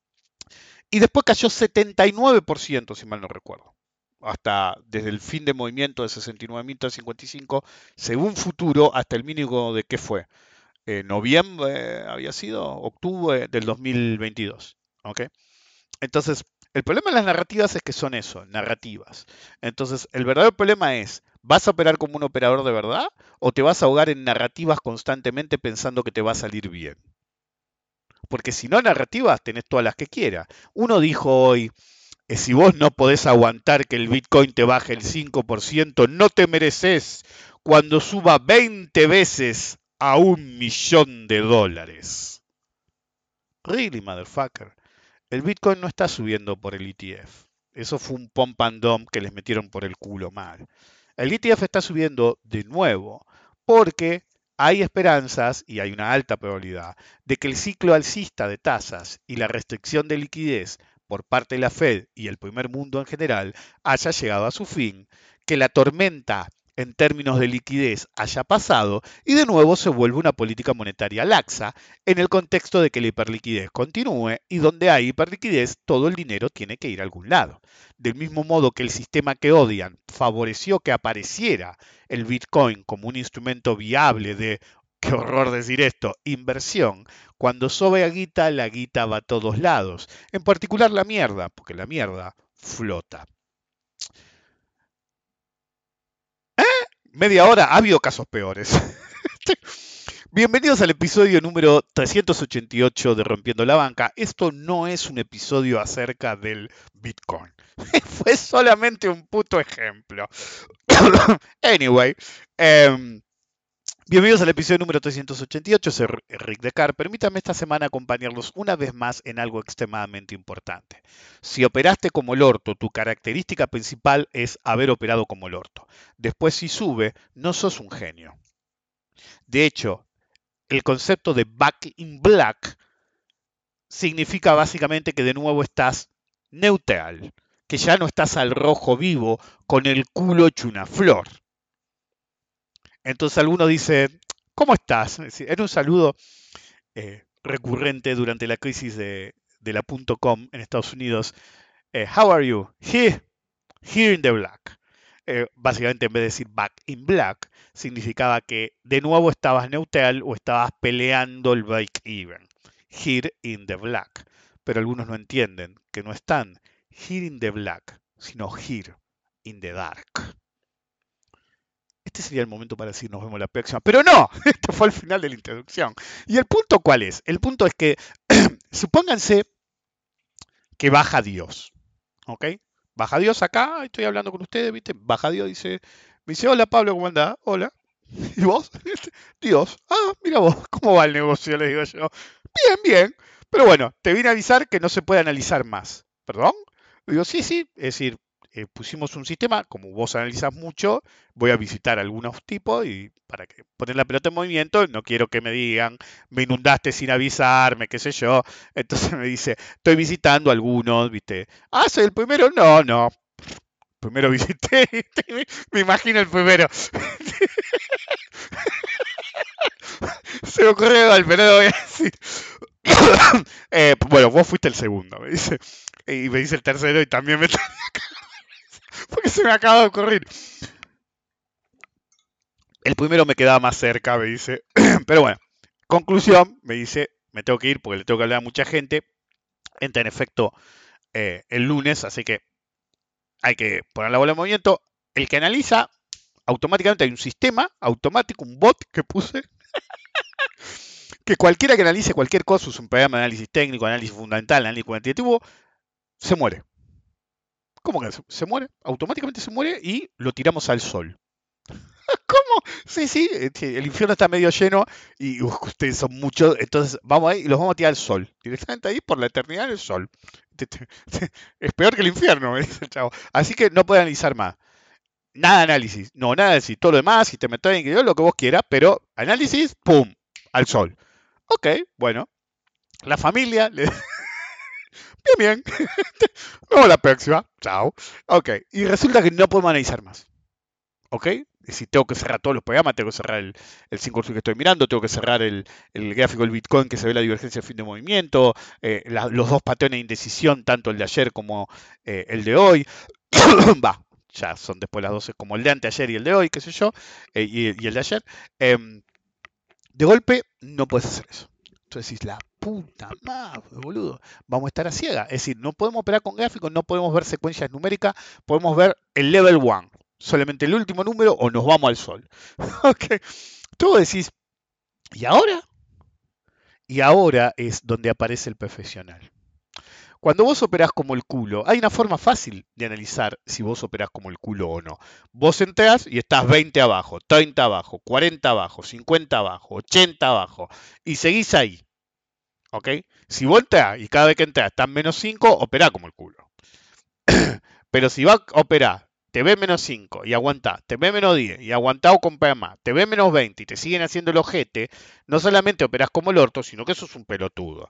Speaker 2: Y después cayó setenta y nueve por ciento, si mal no recuerdo. Hasta desde el fin de movimiento de sesenta y nueve mil trescientos cincuenta y cinco, según futuro, hasta el mínimo de qué fue. Eh, noviembre había sido, octubre del dos mil veintidós. ¿Ok? Entonces, el problema de las narrativas es que son eso, narrativas. Entonces, el verdadero problema es, ¿vas a operar como un operador de verdad o te vas a ahogar en narrativas constantemente pensando que te va a salir bien? Porque si no narrativas, tenés todas las que quieras. Uno dijo hoy, eh, si vos no podés aguantar que el Bitcoin te baje el cinco por ciento, no te mereces cuando suba veinte veces a un millón de dólares. Really, motherfucker. El Bitcoin no está subiendo por el E T F. Eso fue un pump and dump que les metieron por el culo mal. El E T F está subiendo de nuevo porque hay esperanzas y hay una alta probabilidad de que el ciclo alcista de tasas y la restricción de liquidez por parte de la Fed y el primer mundo en general haya llegado a su fin, que la tormenta en términos de liquidez haya pasado y de nuevo se vuelve una política monetaria laxa en el contexto de que la hiperliquidez continúe y donde hay hiperliquidez todo el dinero tiene que ir a algún lado. Del mismo modo que el sistema que odian favoreció que apareciera el Bitcoin como un instrumento viable de, qué horror decir esto, inversión, cuando sobra guita, la guita va a todos lados, en particular la mierda, porque la mierda flota. Media hora, ha habido casos peores. Bienvenidos al episodio número trescientos ochenta y ocho de Rompiendo la Banca. Esto no es un episodio acerca del Bitcoin. Fue solamente un puto ejemplo. Anyway, um, bienvenidos al episodio número trescientos ochenta y ocho. Soy Rick Decar. Permítanme esta semana acompañarlos una vez más en algo extremadamente importante. Si operaste como el orto, tu característica principal es haber operado como el orto. Después, si sube, no sos un genio. De hecho, el concepto de back in black significa básicamente que de nuevo estás neutral, que ya no estás al rojo vivo con el culo hecho una flor. Entonces alguno dice, ¿cómo estás? Era un saludo eh, recurrente durante la crisis de, de la .com en Estados Unidos. Eh, How are you? Here, here in the black. Eh, básicamente en vez de decir back in black, significaba que de nuevo estabas neutral o estabas peleando el break even. Here in the black. Pero algunos no entienden que no están here in the black, sino here in the dark. Este sería el momento para decir nos vemos la próxima. Pero no, esto fue el final de la introducción. ¿Y el punto cuál es? El punto es que supónganse que baja Dios. ¿Ok? Baja Dios acá, estoy hablando con ustedes, ¿viste? Baja Dios, dice, me dice, hola Pablo, ¿cómo andás? Hola. ¿Y vos? Dios. Ah, mira vos, ¿cómo va el negocio? Le digo yo. Bien, bien. Pero bueno, te vine a avisar que no se puede analizar más. ¿Perdón? Le digo, sí, sí. Es decir, eh, pusimos un sistema, como vos analizás mucho, voy a visitar algunos tipos y para que poner la pelota en movimiento, no quiero que me digan, me inundaste sin avisarme, qué sé yo. Entonces me dice, estoy visitando algunos, ¿viste? Ah, soy el primero. No, no. Primero visité, me imagino el primero. Se me ocurrió al pero no voy a decir. Eh, bueno, vos fuiste el segundo, me dice. Y me dice el tercero y también me... Porque se me acaba de ocurrir. El primero me quedaba más cerca, me dice. Pero bueno, conclusión, me dice, me tengo que ir porque le tengo que hablar a mucha gente. Entra en efecto eh, el lunes, así que hay que poner la bola en movimiento. El que analiza, automáticamente hay un sistema automático, un bot que puse, que cualquiera que analice cualquier cosa, es un programa de análisis técnico, análisis fundamental, análisis cuantitativo, se muere. ¿Cómo que se, se muere? Automáticamente se muere y lo tiramos al sol. ¿Cómo? Sí, sí, el infierno está medio lleno y uf, ustedes son muchos, entonces vamos ahí y los vamos a tirar al sol. Directamente ahí por la eternidad en el sol. Es peor que el infierno, me dice el chavo. Así que no puede analizar más. Nada de análisis, no, nada de análisis, todo lo demás, sistema técnico, lo que vos quieras, pero análisis, ¡pum! Al sol. Ok, bueno. La familia, le... bien, bien. Nos vemos la próxima. Chao. Ok, y resulta que no podemos analizar más. ¿Ok? Es decir, tengo que cerrar todos los programas, tengo que cerrar el, el cinco que estoy mirando, tengo que cerrar el, el gráfico del Bitcoin que se ve la divergencia de fin de movimiento, eh, la, los dos patrones de indecisión, tanto el de ayer como eh, el de hoy. Va, ya son después las doce, como el de anteayer y el de hoy, qué sé yo, eh, y, y, el de ayer. Eh, de golpe, no puedes hacer eso. Entonces decís, la puta madre, boludo, vamos a estar a ciega. Es decir, no podemos operar con gráficos, no podemos ver secuencias numéricas, podemos ver el level one, solamente el último número o nos vamos al sol. Ok, tú decís, ¿y ahora? Y ahora es donde aparece el profesional. Cuando vos operás como el culo, hay una forma fácil de analizar si vos operás como el culo o no. Vos entrás y estás veinte abajo, treinta abajo, cuarenta abajo, cincuenta abajo, ochenta abajo y seguís ahí. ¿Ok? Si vos entrás y cada vez que entrás estás menos cinco, operá como el culo. Pero si vas a operar, te ve menos cinco y aguantás, te ve menos diez y aguantás o comprás más, te ve menos veinte y te siguen haciendo el ojete, no solamente operás como el orto, sino que sos un pelotudo.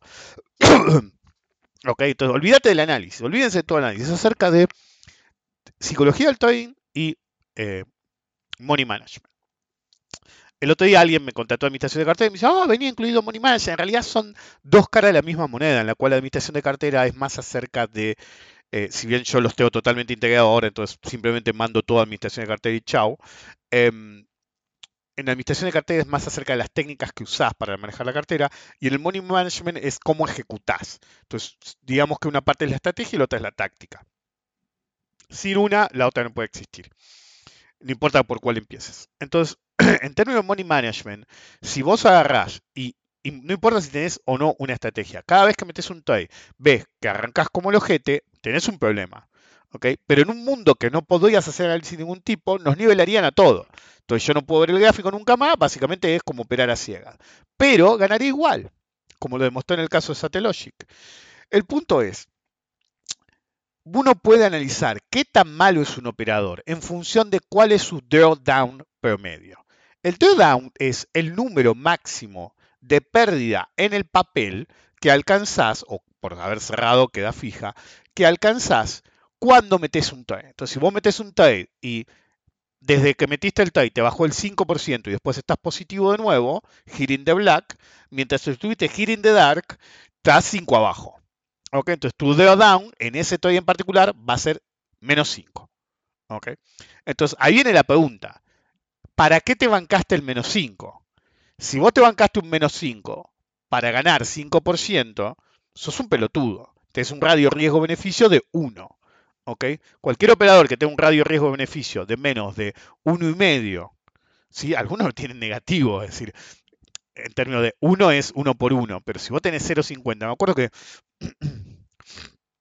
Speaker 2: Ok, entonces olvídate del análisis, olvídense de todo el análisis, es acerca de psicología del trading y eh, money management. El otro día alguien me contactó a administración de cartera y me dice, ah, venía incluido money management. En realidad son dos caras de la misma moneda, en la cual la administración de cartera es más acerca de, eh, si bien yo los tengo totalmente integrados ahora, entonces simplemente mando toda administración de cartera y chau. Eh, en la administración de cartera es más acerca de las técnicas que usás para manejar la cartera y en el money management es cómo ejecutás. Entonces, digamos que una parte es la estrategia y la otra es la táctica. Sin una, la otra no puede existir. No importa por cuál empieces. Entonces, en términos de money management, si vos agarrás y, y no importa si tenés o no una estrategia, cada vez que metes un trade, ves que arrancás como el ojete, tenés un problema. ¿Okay? Pero en un mundo que no podrías hacer análisis de ningún tipo, nos nivelarían a todo. Entonces yo no puedo ver el gráfico nunca más, básicamente es como operar a ciegas. Pero ganaría igual, como lo demostró en el caso de Satellogic. El punto es, uno puede analizar qué tan malo es un operador en función de cuál es su drawdown promedio. El drawdown es el número máximo de pérdida en el papel que alcanzás, o por haber cerrado queda fija, que alcanzás cuando metes un trade. Entonces, si vos metes un trade y desde que metiste el trade te bajó el cinco por ciento y después estás positivo de nuevo, hitting the black, mientras estuviste hitting the dark, estás cinco abajo. ¿Ok? Entonces tu drawdown en ese trade en particular va a ser menos cinco. ¿Ok? Entonces ahí viene la pregunta. ¿Para qué te bancaste el menos cinco? Si vos te bancaste un menos cinco para ganar cinco por ciento, sos un pelotudo. Tenés un radio riesgo-beneficio de uno. ¿Ok? Cualquier operador que tenga un radio riesgo-beneficio de menos de uno y medio, ¿sí? Algunos lo tienen negativo, es decir, en términos de uno es uno por uno, pero si vos tenés cero coma cincuenta, me acuerdo que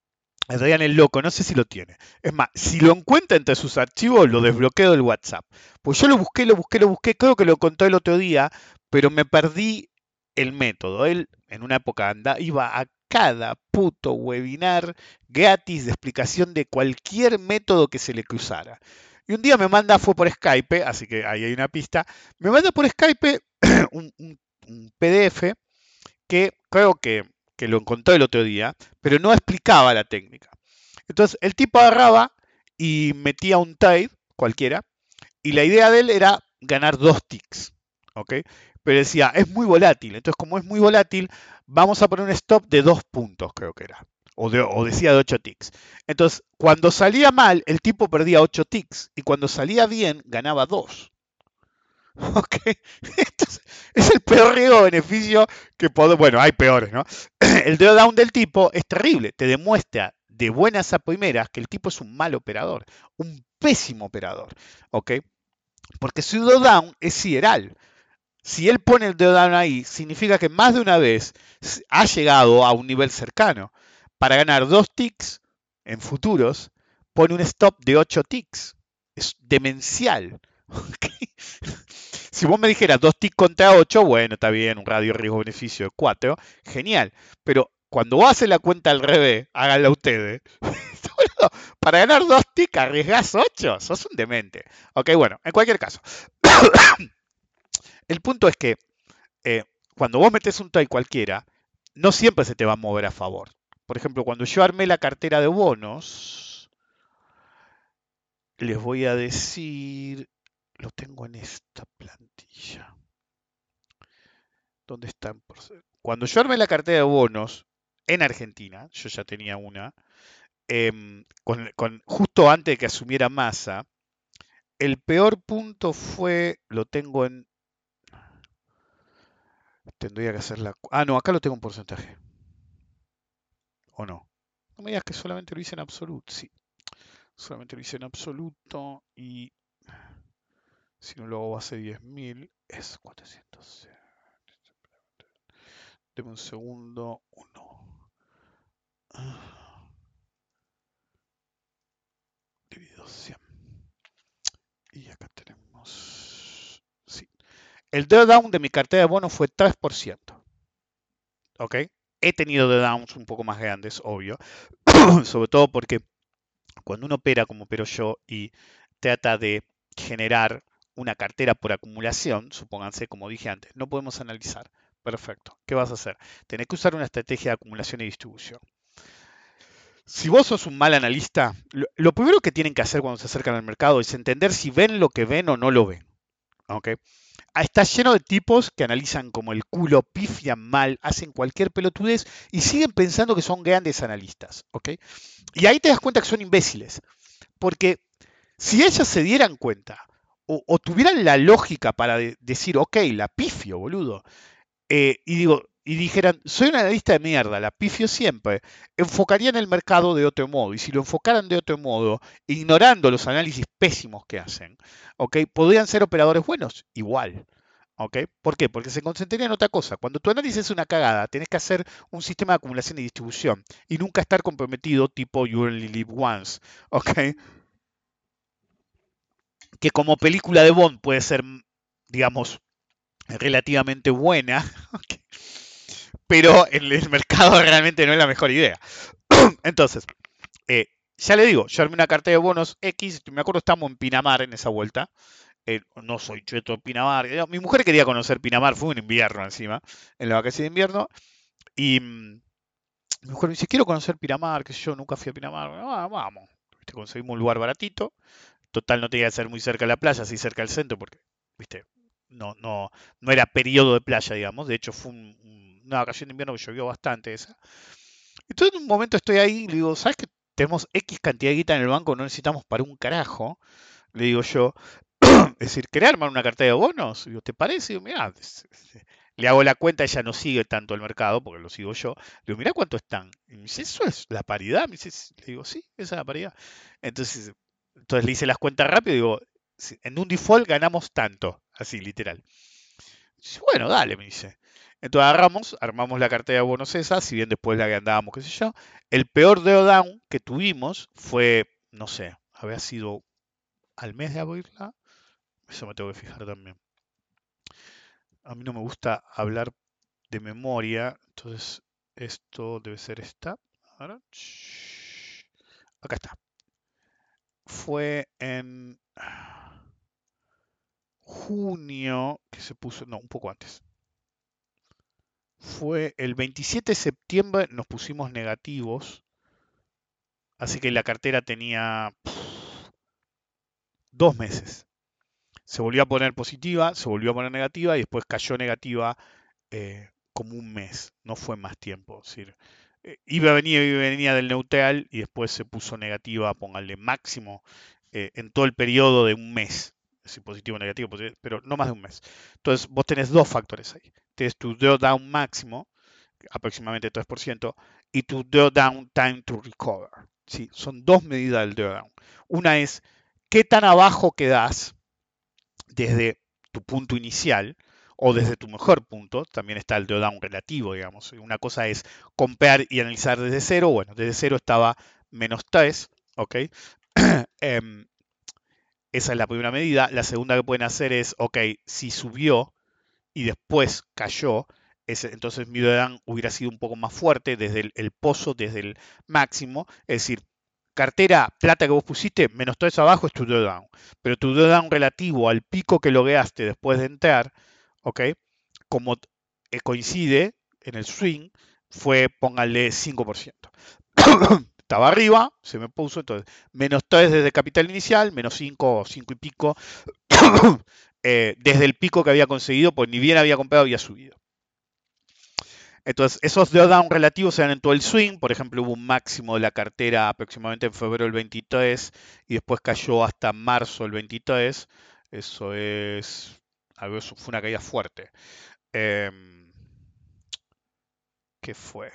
Speaker 2: Adrián el loco, no sé si lo tiene. Es más, si lo encuentra entre sus archivos, lo desbloqueo del WhatsApp. Pues yo lo busqué, lo busqué, lo busqué, creo que lo contó el otro día, pero me perdí el método. Él, en una época, anda, iba a cada puto webinar gratis de explicación de cualquier método que se le cruzara. Y un día me manda, fue por Skype, así que ahí hay una pista, me manda por Skype un, un- un P D F que creo que, que lo encontró el otro día, pero no explicaba la técnica. Entonces el tipo agarraba y metía un trade cualquiera, y la idea de él era ganar dos ticks, ¿ok? Pero decía, es muy volátil, entonces como es muy volátil, vamos a poner un stop de dos puntos, creo que era. O, de- o decía de ocho ticks. Entonces, cuando salía mal, el tipo perdía ocho ticks. Y cuando salía bien, ganaba dos. ¿Ok? Entonces, es el peor riesgo-beneficio que puedo. Bueno, hay peores, ¿no? El drawdown del tipo es terrible. Te demuestra de buenas a primeras que el tipo es un mal operador. Un pésimo operador. ¿Ok? Porque su drawdown es sideral. Si él pone el drawdown ahí, significa que más de una vez ha llegado a un nivel cercano. Para ganar dos ticks en futuros, pone un stop de ocho ticks. Es demencial. ¿Ok? Si vos me dijeras dos ticks contra ocho, bueno, está bien, un radio riesgo-beneficio de cuatro, genial. Pero cuando vos haces la cuenta al revés, háganla ustedes. Para ganar dos ticks arriesgás ocho, sos un demente. Ok, bueno, en cualquier caso. El punto es que eh, cuando vos metes un trade cualquiera, no siempre se te va a mover a favor. Por ejemplo, cuando yo armé la cartera de bonos, les voy a decir, lo tengo en esta plantilla. ¿Dónde están? Cuando yo armé la cartera de bonos en Argentina, yo ya tenía una, eh, con, con, justo antes de que asumiera Massa, el peor punto fue, lo tengo en, tendría que hacer la, ah no, acá lo tengo en porcentaje, ¿o no? No me digas que solamente lo hice en absoluto, sí, solamente lo hice en absoluto y si no lo hago base diez mil es cuatrocientos. Deme un segundo, uno. Dividido cien. Y acá tenemos. Sí. El drawdown de mi cartera de bonos fue tres por ciento. ¿Ok? He tenido drawdowns un poco más grandes, obvio. Sobre todo porque cuando uno opera como opero yo y trata de generar una cartera por acumulación, supónganse, como dije antes, no podemos analizar. Perfecto. ¿Qué vas a hacer? Tenés que usar una estrategia de acumulación y distribución. Si vos sos un mal analista, lo, lo primero que tienen que hacer cuando se acercan al mercado es entender si ven lo que ven o no lo ven. ¿Ok? Ah, está lleno de tipos que analizan como el culo, pifian mal, hacen cualquier pelotudez y siguen pensando que son grandes analistas. ¿Ok? Y ahí te das cuenta que son imbéciles. Porque si ellos se dieran cuenta o, o tuvieran la lógica para de- decir, ok, la pifio, boludo, eh, y digo, y dijeran, soy un analista de mierda, la pifio siempre, enfocarían el mercado de otro modo. Y si lo enfocaran de otro modo, ignorando los análisis pésimos que hacen, ¿ok? Podrían ser operadores buenos, igual. ¿Ok? ¿Por qué? Porque se concentrarían en otra cosa. Cuando tu análisis es una cagada, tenés que hacer un sistema de acumulación y distribución y nunca estar comprometido tipo You Only Live Once. ¿Ok? Que como película de Bond puede ser, digamos, relativamente buena, pero en el mercado realmente no es la mejor idea. Entonces, eh, ya le digo, yo armé una cartera de bonos X, me acuerdo estamos en Pinamar en esa vuelta, eh, no soy cheto de Pinamar, mi mujer quería conocer Pinamar, fue en invierno encima, en la vacación de invierno, y mm, mi mujer me dice, quiero conocer Pinamar, que yo nunca fui a Pinamar, ah, vamos, ¿viste? Conseguimos un lugar baratito, total no tenía que ser muy cerca de la playa, así cerca del centro, porque, viste, no, no, no era periodo de playa, digamos, de hecho fue un, un, una vacación de invierno que llovió bastante esa. Entonces en un momento estoy ahí y le digo, ¿sabes que tenemos X cantidad de guita en el banco, no necesitamos para un carajo? Le digo yo, es decir, ¿querés armar una cartera de bonos? Digo, ¿te parece? Digo, mirá, le hago la cuenta, ella no sigue tanto el mercado, porque lo sigo yo. Le digo, mirá cuánto están. Y me dice, ¿eso es la paridad? Me dice, le digo, sí, esa es la paridad. Entonces, entonces le hice las cuentas rápido y digo, en un default ganamos tanto, así, literal. Bueno, dale, me dice. Entonces agarramos, armamos la cartera de bonos esa, si bien después la que andábamos, qué sé yo. El peor drawdown que tuvimos fue, no sé, había sido al mes de abrirla. Eso me tengo que fijar también. A mí no me gusta hablar de memoria, entonces esto debe ser esta. Ahora, acá está. Fue en junio que se puso, no, un poco antes. Fue el veintisiete de septiembre, nos pusimos negativos, así que la cartera tenía pff, dos meses. Se volvió a poner positiva, se volvió a poner negativa y después cayó negativa eh, como un mes, no fue más tiempo. Es decir, eh, iba a venir, iba a venir del neutral y después se puso negativa, pónganle máximo eh, en todo el periodo de un mes. Es decir, positivo o negativo, positivo, pero no más de un mes. Entonces vos tenés dos factores ahí. Tienes tu drawdown máximo, aproximadamente tres por ciento, y tu drawdown time to recover. ¿Sí? Son dos medidas del drawdown. Una es qué tan abajo quedás desde tu punto inicial o desde tu mejor punto. También está el drawdown relativo, digamos. Una cosa es comprar y analizar desde cero. Bueno, desde cero estaba menos tres, ¿ok? eh, esa es la primera medida. La segunda que pueden hacer es, ok, si subió y después cayó, ese, entonces mi drawdown hubiera sido un poco más fuerte desde el, el pozo, desde el máximo. Es decir, cartera, plata que vos pusiste, menos todo eso abajo es tu drawdown. Pero tu drawdown relativo al pico que logueaste después de entrar, ¿ok? Como eh, coincide en el swing, fue, pónganle cinco por ciento. Estaba arriba, se me puso, entonces, menos tres desde capital inicial, menos cinco o cinco y pico, eh, desde el pico que había conseguido, pues ni bien había comprado, había subido. Entonces, esos drawdown relativos se dan en todo el swing. Por ejemplo, hubo un máximo de la cartera aproximadamente en febrero del veintitrés y después cayó hasta marzo del veintitrés. Eso es. Algo, eso fue una caída fuerte. Eh, ¿Qué fue?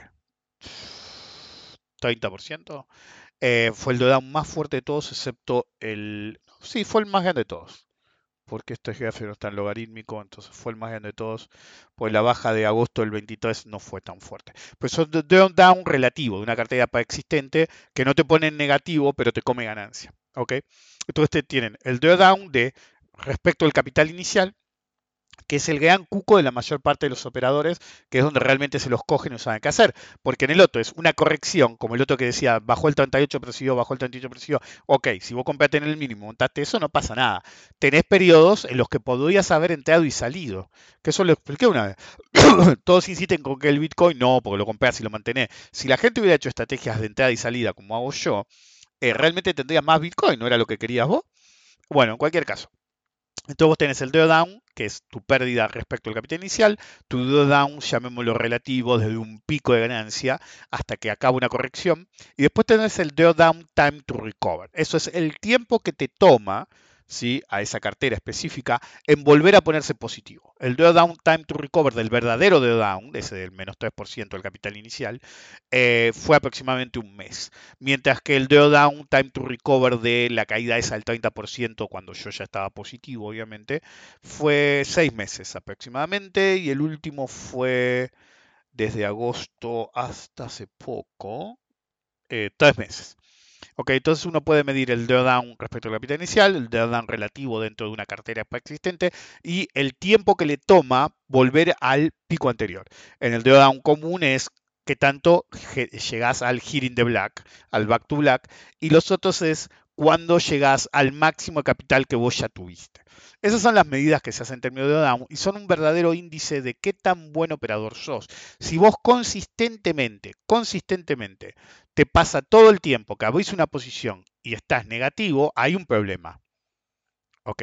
Speaker 2: treinta por ciento. Eh, fue el drawdown más fuerte de todos, excepto el. Sí, fue el más grande de todos. Porque este gráfico no está en logarítmico, entonces fue el más grande de todos, pues la baja de agosto del veintitrés no fue tan fuerte. Pues son de drawdown relativo, de una cartera existente que no te pone en negativo, pero te come ganancia. ¿Ok? Entonces te tienen el drawdown de respecto al capital inicial, que es el gran cuco de la mayor parte de los operadores, que es donde realmente se los cogen y no saben qué hacer. Porque en el otro es una corrección, como el otro que decía, bajó el treinta y ocho, pero siguió, bajó el treinta y ocho, pero siguió. Ok, si vos compraste en el mínimo, montaste eso, no pasa nada. Tenés periodos en los que podrías haber entrado y salido. Que eso lo expliqué una vez. Todos insisten con que el Bitcoin, no, porque lo comprás y lo mantenés. Si la gente hubiera hecho estrategias de entrada y salida como hago yo, eh, realmente tendrías más Bitcoin, ¿no era lo que querías vos? Bueno, en cualquier caso. Entonces vos tenés el drawdown, que es tu pérdida respecto al capital inicial, tu drawdown, llamémoslo relativo, desde un pico de ganancia hasta que acaba una corrección, y después tenés el drawdown time to recover. Eso es el tiempo que te toma, ¿sí?, a esa cartera específica en volver a ponerse positivo. El drawdown time to recover del verdadero drawdown, ese del menos tres por ciento del capital inicial, eh, fue aproximadamente un mes. Mientras que el drawdown time to recover de la caída esa del treinta por ciento, cuando yo ya estaba positivo, obviamente, fue seis meses aproximadamente. Y el último fue desde agosto hasta hace poco, eh, tres meses. Ok, entonces uno puede medir el drawdown respecto al capital inicial, el drawdown relativo dentro de una cartera existente y el tiempo que le toma volver al pico anterior. En el drawdown común es que tanto llegas al hit in the black, al back to black, y los otros es cuando llegas al máximo de capital que vos ya tuviste. Esas son las medidas que se hacen en términos de drawdown y son un verdadero índice de qué tan buen operador sos. Si vos consistentemente, consistentemente te pasa todo el tiempo que abrís una posición y estás negativo, hay un problema. ¿Ok?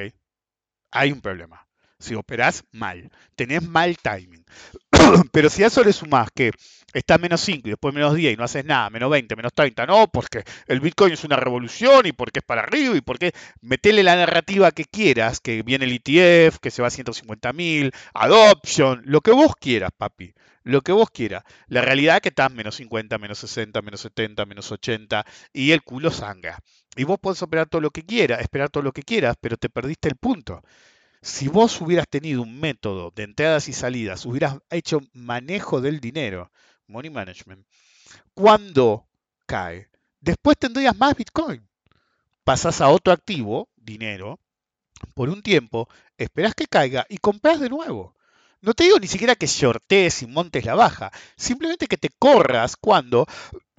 Speaker 2: Hay un problema. Si operás mal, tenés mal timing. Pero si a eso le sumás que está menos cinco y después menos diez y no haces nada, menos veinte, menos treinta, no, porque el Bitcoin es una revolución y porque es para arriba y porque metele la narrativa que quieras, que viene el E T F, que se va a ciento cincuenta mil, adoption, lo que vos quieras, papi, lo que vos quieras. La realidad es que estás menos cincuenta, menos sesenta, menos setenta, menos ochenta y el culo sangra. Y vos podés operar todo lo que quieras, esperar todo lo que quieras, pero te perdiste el punto. Si vos hubieras tenido un método de entradas y salidas, hubieras hecho manejo del dinero, money management, cuando cae, después tendrías más Bitcoin. Pasás a otro activo, dinero, por un tiempo, esperás que caiga y comprás de nuevo. No te digo ni siquiera que shortees y montes la baja, simplemente que te corras cuando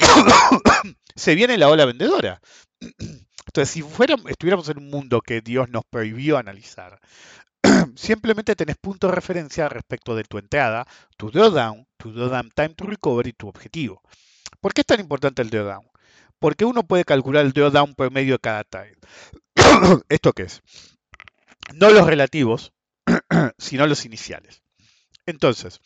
Speaker 2: se viene la ola vendedora. Entonces, si fuéramos, estuviéramos en un mundo que Dios nos prohibió analizar, simplemente tenés punto de referencia respecto de tu entrada, tu drawdown, tu drawdown time to recover y tu objetivo. ¿Por qué es tan importante el drawdown? Porque uno puede calcular el drawdown por medio de cada trade. ¿Esto qué es? No los relativos, sino los iniciales. Entonces,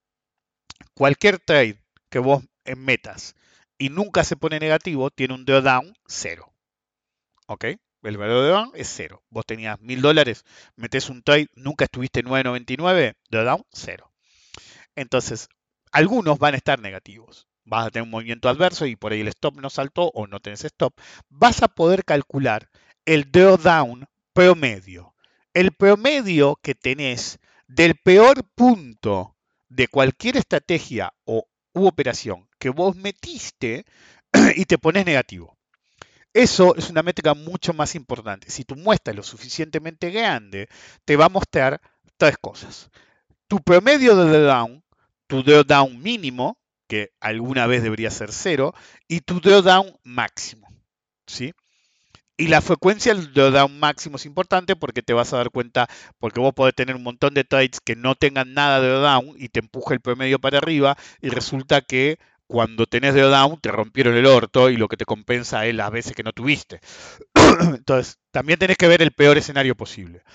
Speaker 2: cualquier trade que vos metas y nunca se pone negativo, tiene un drawdown cero. ¿Ok? El valor de drawdown es cero. Vos tenías mil dólares, metés un trade, nunca estuviste en nueve noventa y nueve, drawdown cero. Entonces, algunos van a estar negativos. Vas a tener un movimiento adverso y por ahí el stop no saltó o no tenés stop. Vas a poder calcular el drawdown promedio. El promedio que tenés del peor punto de cualquier estrategia o u operación que vos metiste y te pones negativo. Eso es una métrica mucho más importante. Si tu muestra es lo suficientemente grande, te va a mostrar tres cosas. Tu promedio de drawdown, tu drawdown mínimo, que alguna vez debería ser cero, y tu drawdown máximo. ¿Sí? Y la frecuencia del drawdown máximo es importante porque te vas a dar cuenta, porque vos podés tener un montón de trades que no tengan nada de drawdown y te empuja el promedio para arriba y resulta que cuando tenés drawdown te rompieron el orto y lo que te compensa es las veces que no tuviste. Entonces, también tenés que ver el peor escenario posible.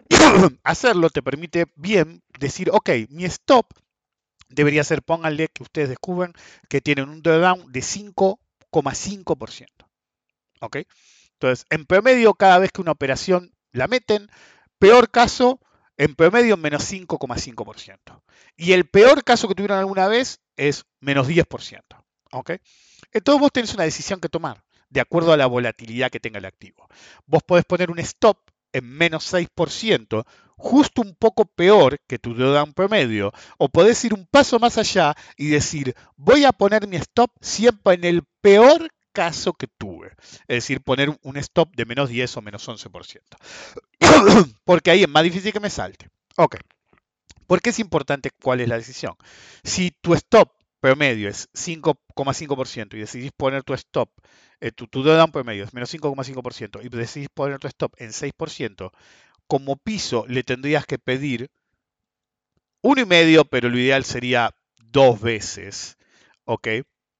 Speaker 2: Hacerlo te permite bien decir, ok, mi stop debería ser, pónganle que ustedes descubren que tienen un drawdown de cinco coma cinco por ciento. ¿Ok? Entonces, en promedio, cada vez que una operación la meten, peor caso, en promedio menos cinco coma cinco por ciento. Y el peor caso que tuvieron alguna vez es menos diez por ciento. ¿Ok? Entonces vos tenés una decisión que tomar de acuerdo a la volatilidad que tenga el activo. Vos podés poner un stop en menos seis por ciento, justo un poco peor que tu drawdown promedio, o podés ir un paso más allá y decir, voy a poner mi stop siempre en el peor caso que tuve. Es decir, poner un stop de menos diez o menos once por ciento. Porque ahí es más difícil que me salte. Ok. ¿Por qué es importante cuál es la decisión? Si tu stop promedio es cinco coma cinco por ciento y decidís poner tu stop, eh, tu, tu drawdown promedio es menos cinco coma cinco por ciento y decidís poner tu stop en seis por ciento, como piso le tendrías que pedir uno y medio, pero lo ideal sería dos veces, ¿ok?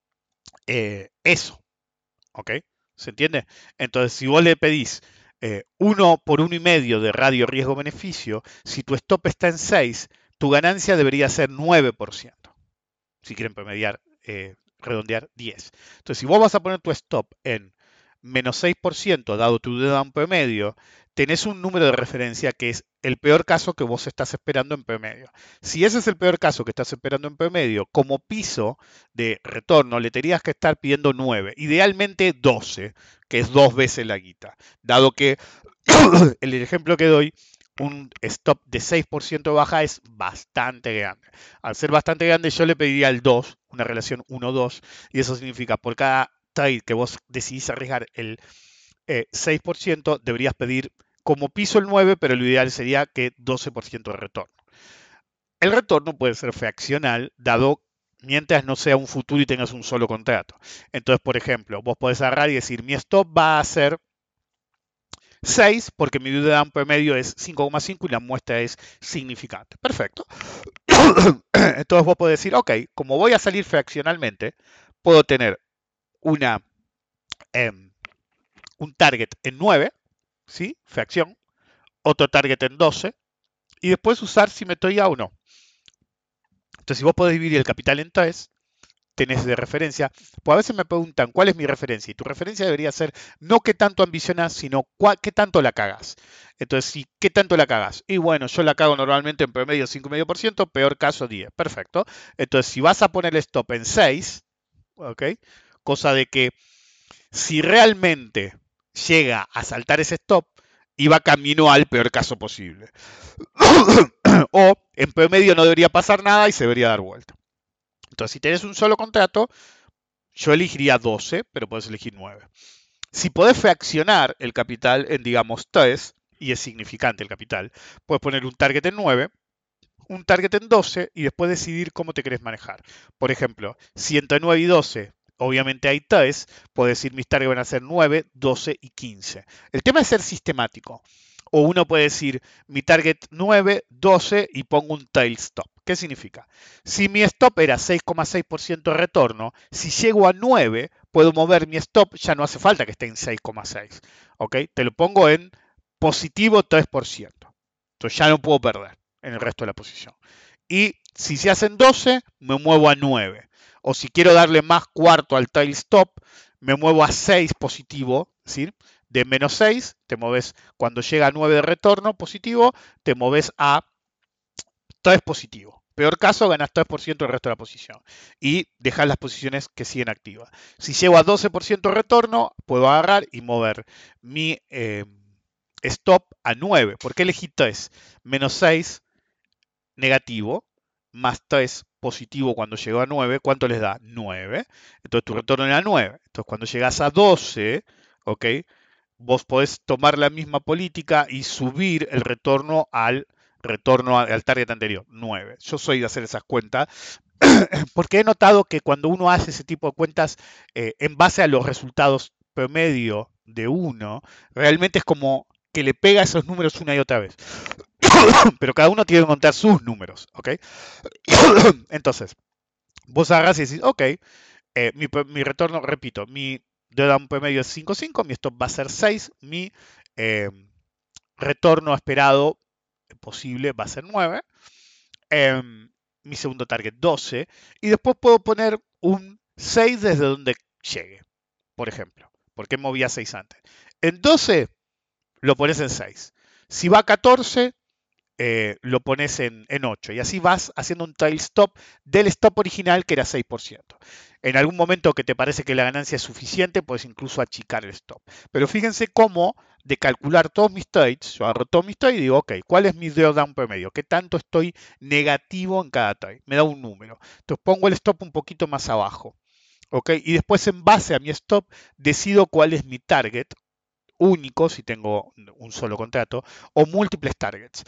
Speaker 2: Eh, eso, ¿ok? ¿Se entiende? Entonces, si vos le pedís eh, uno por uno y medio de radio riesgo-beneficio, si tu stop está en seis, tu ganancia debería ser nueve por ciento. Si quieren promediar, eh, redondear diez. Entonces, si vos vas a poner tu stop en menos seis por ciento, dado tu drawdown promedio, tenés un número de referencia que es el peor caso que vos estás esperando en promedio. Si ese es el peor caso que estás esperando en promedio, como piso de retorno le tendrías que estar pidiendo nueve, idealmente doce, que es dos veces la guita. Dado que el ejemplo que doy, un stop de seis por ciento baja es bastante grande. Al ser bastante grande, yo le pediría el dos, una relación uno dos, y eso significa por cada trade que vos decidís arriesgar el eh, seis por ciento, deberías pedir como piso el nueve, pero lo ideal sería que doce por ciento de retorno. El retorno puede ser fraccional, dado mientras no sea un futuro y tengas un solo contrato. Entonces, por ejemplo, vos podés agarrar y decir, mi stop va a ser seis porque mi drawdown promedio es cinco coma cinco y la muestra es significante. Perfecto. Entonces vos podés decir, ok, como voy a salir fraccionalmente, puedo tener una, eh, un target en nueve, ¿sí? Fracción, otro target en doce, y después usar simetría o no. Entonces, si vos podés dividir el capital en tres, tenés de referencia, pues a veces me preguntan cuál es mi referencia, y tu referencia debería ser no qué tanto ambicionás, sino cuál, qué tanto la cagas. Entonces, sí, ¿qué tanto la cagas? Y bueno, yo la cago normalmente en promedio cinco coma cinco por ciento, peor caso diez. Perfecto. Entonces, si vas a poner el stop en seis, ¿ok? Cosa de que si realmente llega a saltar ese stop, y va camino al peor caso posible. O en promedio no debería pasar nada y se debería dar vuelta. Entonces, si tenés un solo contrato, yo elegiría doce, pero puedes elegir nueve. Si podés fraccionar el capital en, digamos, tres, y es significante el capital, puedes poner un target en nueve, un target en doce y después decidir cómo te querés manejar. Por ejemplo, si entre nueve y doce obviamente hay tres, puedes decir mis targets van a ser nueve, doce y quince. El tema es ser sistemático. O uno puede decir mi target nueve, doce y pongo un tail stop. ¿Qué significa? Si mi stop era seis coma seis por ciento de retorno, si llego a nueve, puedo mover mi stop, ya no hace falta que esté en seis coma seis. ¿Ok? Te lo pongo en positivo tres por ciento. Entonces ya no puedo perder en el resto de la posición. Y si se hacen doce, me muevo a nueve. O si quiero darle más cuarto al tail stop, me muevo a seis positivo, ¿sí? De menos seis, te mueves cuando llega a nueve de retorno positivo, te mueves a tres positivo. Peor caso, ganas tres por ciento del resto de la posición. Y dejas las posiciones que siguen activas. Si llego a doce por ciento de retorno, puedo agarrar y mover mi eh, stop a nueve. ¿Por qué elegí tres? Menos seis negativo, más tres positivo cuando llegó a nueve, ¿cuánto les da? nueve. Entonces tu retorno era nueve. Entonces cuando llegas a doce, ¿ok? Vos podés tomar la misma política y subir el retorno al retorno al target anterior, nueve. Yo soy de hacer esas cuentas porque he notado que cuando uno hace ese tipo de cuentas eh, en base a los resultados promedio de uno, realmente es como que le pega esos números una y otra vez. Pero cada uno tiene que contar sus números, ¿ok? Entonces, vos agarrás y decís, ok, eh, mi, mi, retorno, repito, mi deuda promedio es cinco coma cinco, mi stop va a ser seis, mi eh, retorno esperado posible va a ser nueve, eh, mi segundo target doce, y después puedo poner un seis desde donde llegue, por ejemplo. ¿Por qué movía seis antes? En doce lo pones en seis. Si va a catorce, eh, lo pones en, en ocho. Y así vas haciendo un tail stop del stop original que era seis por ciento. En algún momento que te parece que la ganancia es suficiente, puedes incluso achicar el stop. Pero fíjense cómo de calcular todos mis trades, yo agarro todos mis trades y digo, ok, ¿cuál es mi drawdown promedio? ¿Qué tanto estoy negativo en cada trade? Me da un número. Entonces pongo el stop un poquito más abajo. ¿Ok? Y después en base a mi stop decido cuál es mi target único, si tengo un solo contrato, o múltiples targets.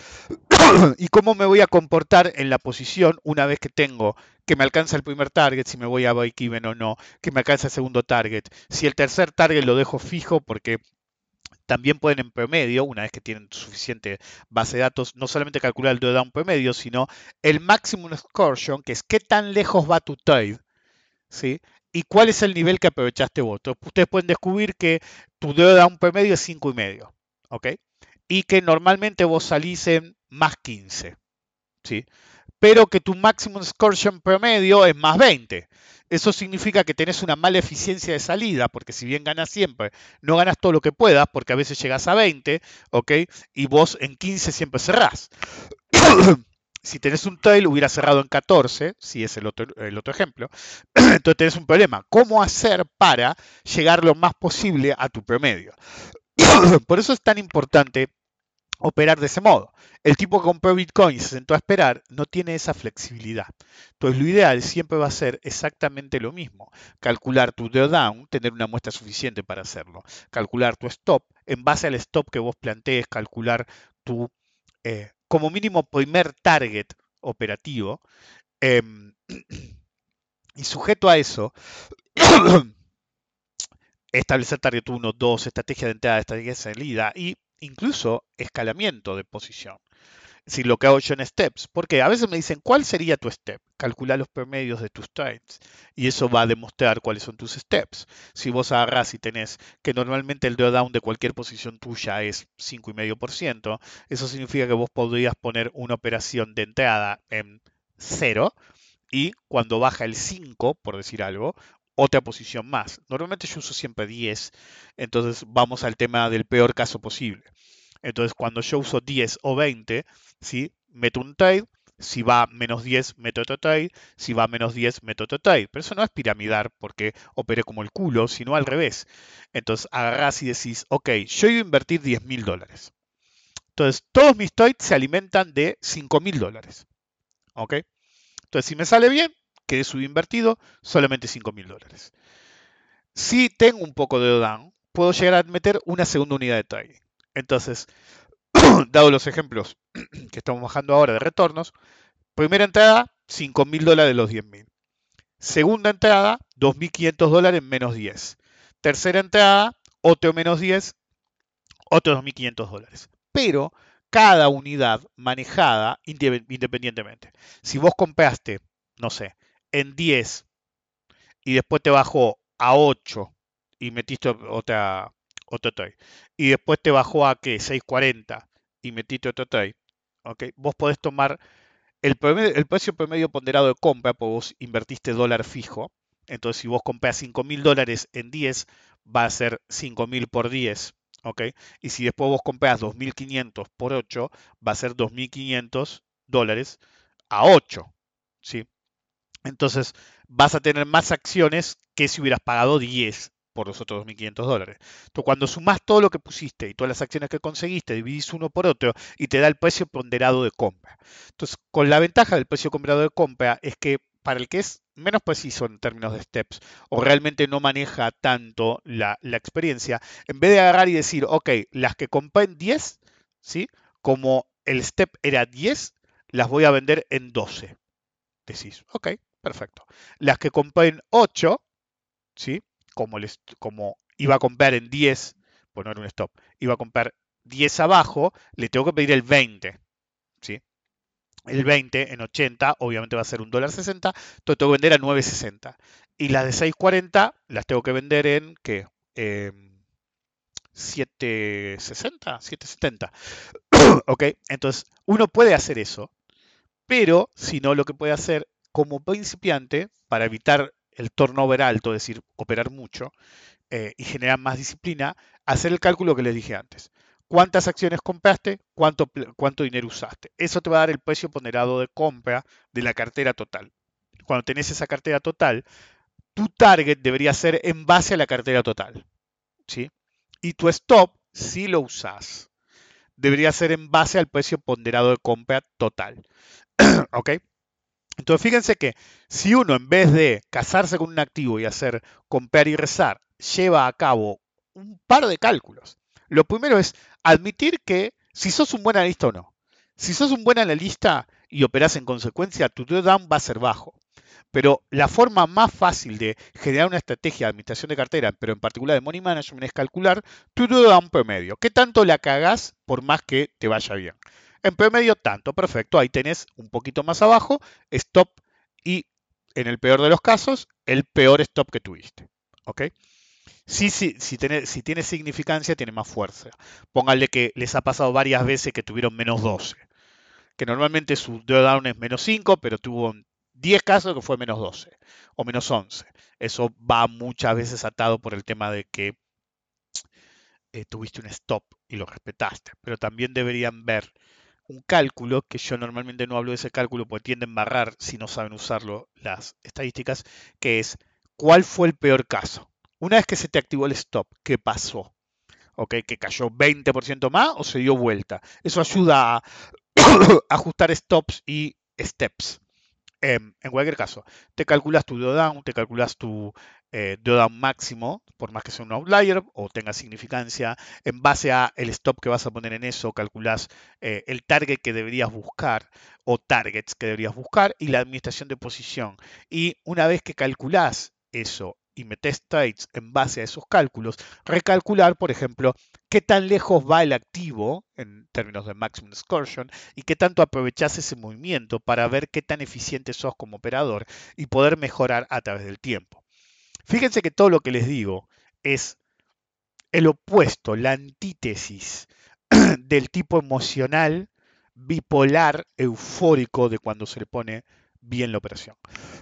Speaker 2: Y cómo me voy a comportar en la posición una vez que tengo que me alcanza el primer target, si me voy a break even o no, que me alcanza el segundo target, si el tercer target lo dejo fijo porque también pueden en promedio, una vez que tienen suficiente base de datos, no solamente calcular el drawdown promedio, sino el maximum excursion, que es qué tan lejos va tu trade, ¿sí? ¿Y cuál es el nivel que aprovechaste vos? Ustedes pueden descubrir que tu drawdown promedio es cinco y medio, ¿ok? Y que normalmente vos salís en más quince, ¿sí? Pero que tu maximum excursion promedio es más veinte. Eso significa que tenés una mala eficiencia de salida, porque si bien ganas siempre, no ganas todo lo que puedas, porque a veces llegas a veinte, ¿ok? Y vos en quince siempre cerrás. Si tenés un tail, hubiera cerrado en catorce, si es el otro, el otro ejemplo. Entonces tenés un problema. ¿Cómo hacer para llegar lo más posible a tu promedio? Por eso es tan importante operar de ese modo. El tipo que compró Bitcoin y se sentó a esperar no tiene esa flexibilidad. Entonces lo ideal siempre va a ser exactamente lo mismo. Calcular tu drawdown, tener una muestra suficiente para hacerlo. Calcular tu stop. En base al stop que vos plantees, calcular tu, eh, como mínimo, primer target operativo. Eh, y sujeto a eso, establecer target uno, dos, estrategia de entrada, estrategia de salida y incluso escalamiento de posición. Si lo que hago yo en steps, porque a veces me dicen, ¿cuál sería tu step? Calcular los promedios de tus trades y eso va a demostrar cuáles son tus steps. Si vos agarrás y tenés que normalmente el drawdown de cualquier posición tuya es cinco coma cinco por ciento, eso significa que vos podrías poner una operación de entrada en cero y cuando baja el cinco, por decir algo, otra posición más. Normalmente yo uso siempre diez, entonces vamos al tema del peor caso posible. Entonces, cuando yo uso diez o veinte, ¿sí? Meto un trade. Si va a menos diez, meto otro trade. Si va a menos diez, meto otro trade. Pero eso no es piramidar porque operé como el culo, sino al revés. Entonces, agarrás y decís, ok, yo iba a invertir diez mil dólares. Entonces, todos mis T O I se alimentan de cinco mil dólares. ¿Ok? Entonces, si me sale bien, quedé subinvertido, solamente cinco mil dólares. Si tengo un poco de drawdown, puedo llegar a meter una segunda unidad de trading. Entonces, dado los ejemplos que estamos bajando ahora de retornos, primera entrada, cinco mil dólares de los diez mil. Segunda entrada, dos mil quinientos dólares menos diez. Tercera entrada, otro menos diez, otros dos mil quinientos dólares. Pero cada unidad manejada independientemente. Si vos compraste, no sé, en diez y después te bajó a ocho y metiste otra, otro trade, y después te bajó a ¿qué? seis cuarenta y metiste otro trade, ¿okay? Vos podés tomar el, promedio, el precio promedio ponderado de compra, porque vos invertiste dólar fijo. Entonces, si vos compras cinco mil dólares en diez, va a ser cinco mil por diez. ¿Ok? Y si después vos compras dos mil quinientos por ocho, va a ser dos mil quinientos dólares a ocho. ¿Sí? Entonces, vas a tener más acciones que si hubieras pagado diez por los otros dos mil quinientos dólares. Entonces, cuando sumás todo lo que pusiste y todas las acciones que conseguiste, dividís uno por otro y te da el precio ponderado de compra. Entonces, con la ventaja del precio ponderado de compra es que para el que es menos preciso en términos de steps o realmente no maneja tanto la, la experiencia, en vez de agarrar y decir, ok, las que compré en diez, ¿sí? Como el step era diez, las voy a vender en doce. Decís, ok, perfecto. Las que compré en ocho, ¿sí? Como, les, como iba a comprar en diez, pues no era un stop, iba a comprar diez abajo, le tengo que pedir el veinte, ¿sí? El veinte en ochenta, obviamente va a ser un dólar sesenta, entonces tengo que vender a nueve sesenta. Y las de seis cuarenta las tengo que vender en, ¿qué? Eh, siete sesenta, siete setenta. ¿Ok? Entonces, uno puede hacer eso, pero si no, lo que puede hacer como principiante, para evitar el turnover alto, es decir, operar mucho eh, y generar más disciplina, hacer el cálculo que les dije antes. ¿Cuántas acciones compraste? ¿Cuánto, cuánto dinero usaste? Eso te va a dar el precio ponderado de compra de la cartera total. Cuando tenés esa cartera total, tu target debería ser en base a la cartera total, ¿sí? Y tu stop, si lo usás, debería ser en base al precio ponderado de compra total. ¿Ok? Entonces fíjense que si uno en vez de casarse con un activo y hacer comprar y rezar, lleva a cabo un par de cálculos. Lo primero es admitir que si sos un buen analista o no. Si sos un buen analista y operás en consecuencia, tu drawdown va a ser bajo. Pero la forma más fácil de generar una estrategia de administración de cartera, pero en particular de money management, es calcular tu drawdown promedio. ¿Qué tanto la cagás por más que te vaya bien? En promedio, tanto. Perfecto. Ahí tenés un poquito más abajo, stop y, en el peor de los casos, el peor stop que tuviste. ¿Ok? Sí, sí, si tiene, si tiene significancia, tiene más fuerza. Pónganle que les ha pasado varias veces que tuvieron menos doce. Que normalmente su drawdown es menos cinco, pero tuvo diez casos que fue menos doce o menos once. Eso va muchas veces atado por el tema de que eh, tuviste un stop y lo respetaste. Pero también deberían ver un cálculo, que yo normalmente no hablo de ese cálculo porque tienden a barrar si no saben usarlo las estadísticas, que es ¿cuál fue el peor caso? Una vez que se te activó el stop, ¿qué pasó? ¿Ok? ¿Que cayó veinte por ciento más o se dio vuelta? Eso ayuda a ajustar stops y steps. Eh, en cualquier caso, te calculas tu drawdown, te calculas tu eh, drawdown máximo, por más que sea un outlier o tenga significancia. En base a el stop que vas a poner en eso, calculas eh, el target que deberías buscar o targets que deberías buscar y la administración de posición. Y una vez que calculas eso y metes trades en base a esos cálculos, recalcular, por ejemplo, qué tan lejos va el activo en términos de maximum excursion y qué tanto aprovechás ese movimiento para ver qué tan eficiente sos como operador y poder mejorar a través del tiempo. Fíjense que todo lo que les digo es el opuesto, la antítesis del tipo emocional bipolar eufórico de cuando se le pone bien la operación.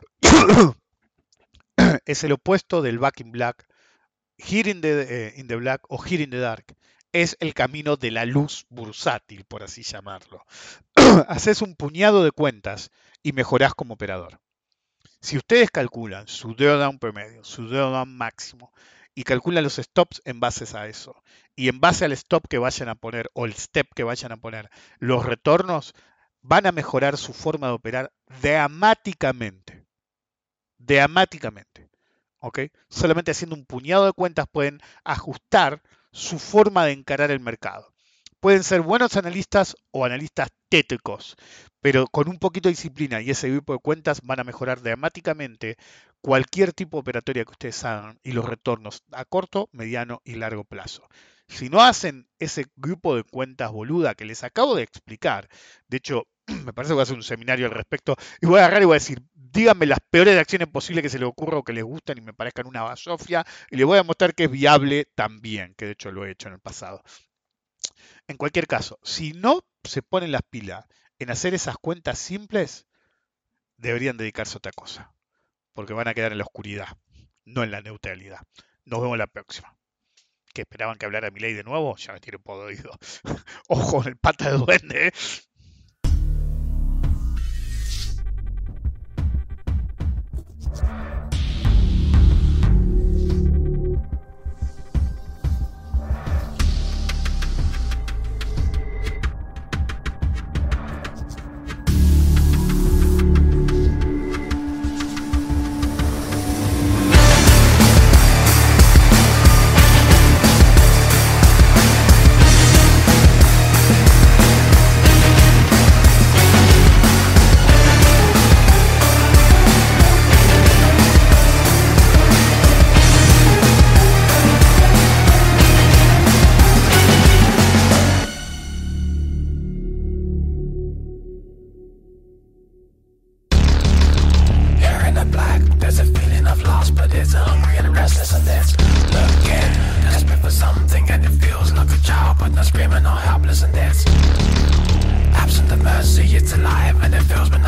Speaker 2: Es el opuesto del back in black, here in the, eh, in the black o here in the dark. Es el camino de la luz bursátil, por así llamarlo. Haces un puñado de cuentas y mejorás como operador. Si ustedes calculan su drawdown promedio, su drawdown máximo y calculan los stops en base a eso. Y en base al stop que vayan a poner o el step que vayan a poner, los retornos van a mejorar su forma de operar dramáticamente. Dramáticamente. ¿Ok? Solamente haciendo un puñado de cuentas pueden ajustar su forma de encarar el mercado. Pueden ser buenos analistas o analistas tétricos, pero con un poquito de disciplina y ese grupo de cuentas van a mejorar dramáticamente cualquier tipo de operatoria que ustedes hagan y los retornos a corto, mediano y largo plazo. Si no hacen ese grupo de cuentas boluda que les acabo de explicar, de hecho, me parece que voy a hacer un seminario al respecto y voy a agarrar y voy a decir, díganme las peores acciones posibles que se les ocurra o que les gustan y me parezcan una basofia y les voy a mostrar que es viable también, que de hecho lo he hecho en el pasado. En cualquier caso, si no se ponen las pilas en hacer esas cuentas simples, deberían dedicarse a otra cosa, porque van a quedar en la oscuridad, no en la neutralidad. Nos vemos la próxima. ¿Que esperaban que hablara Milei de nuevo? Ya me tiene un poco de oído. Ojo con el pata de duende, ¿eh?
Speaker 3: Absent of mercy, it's alive and it feels but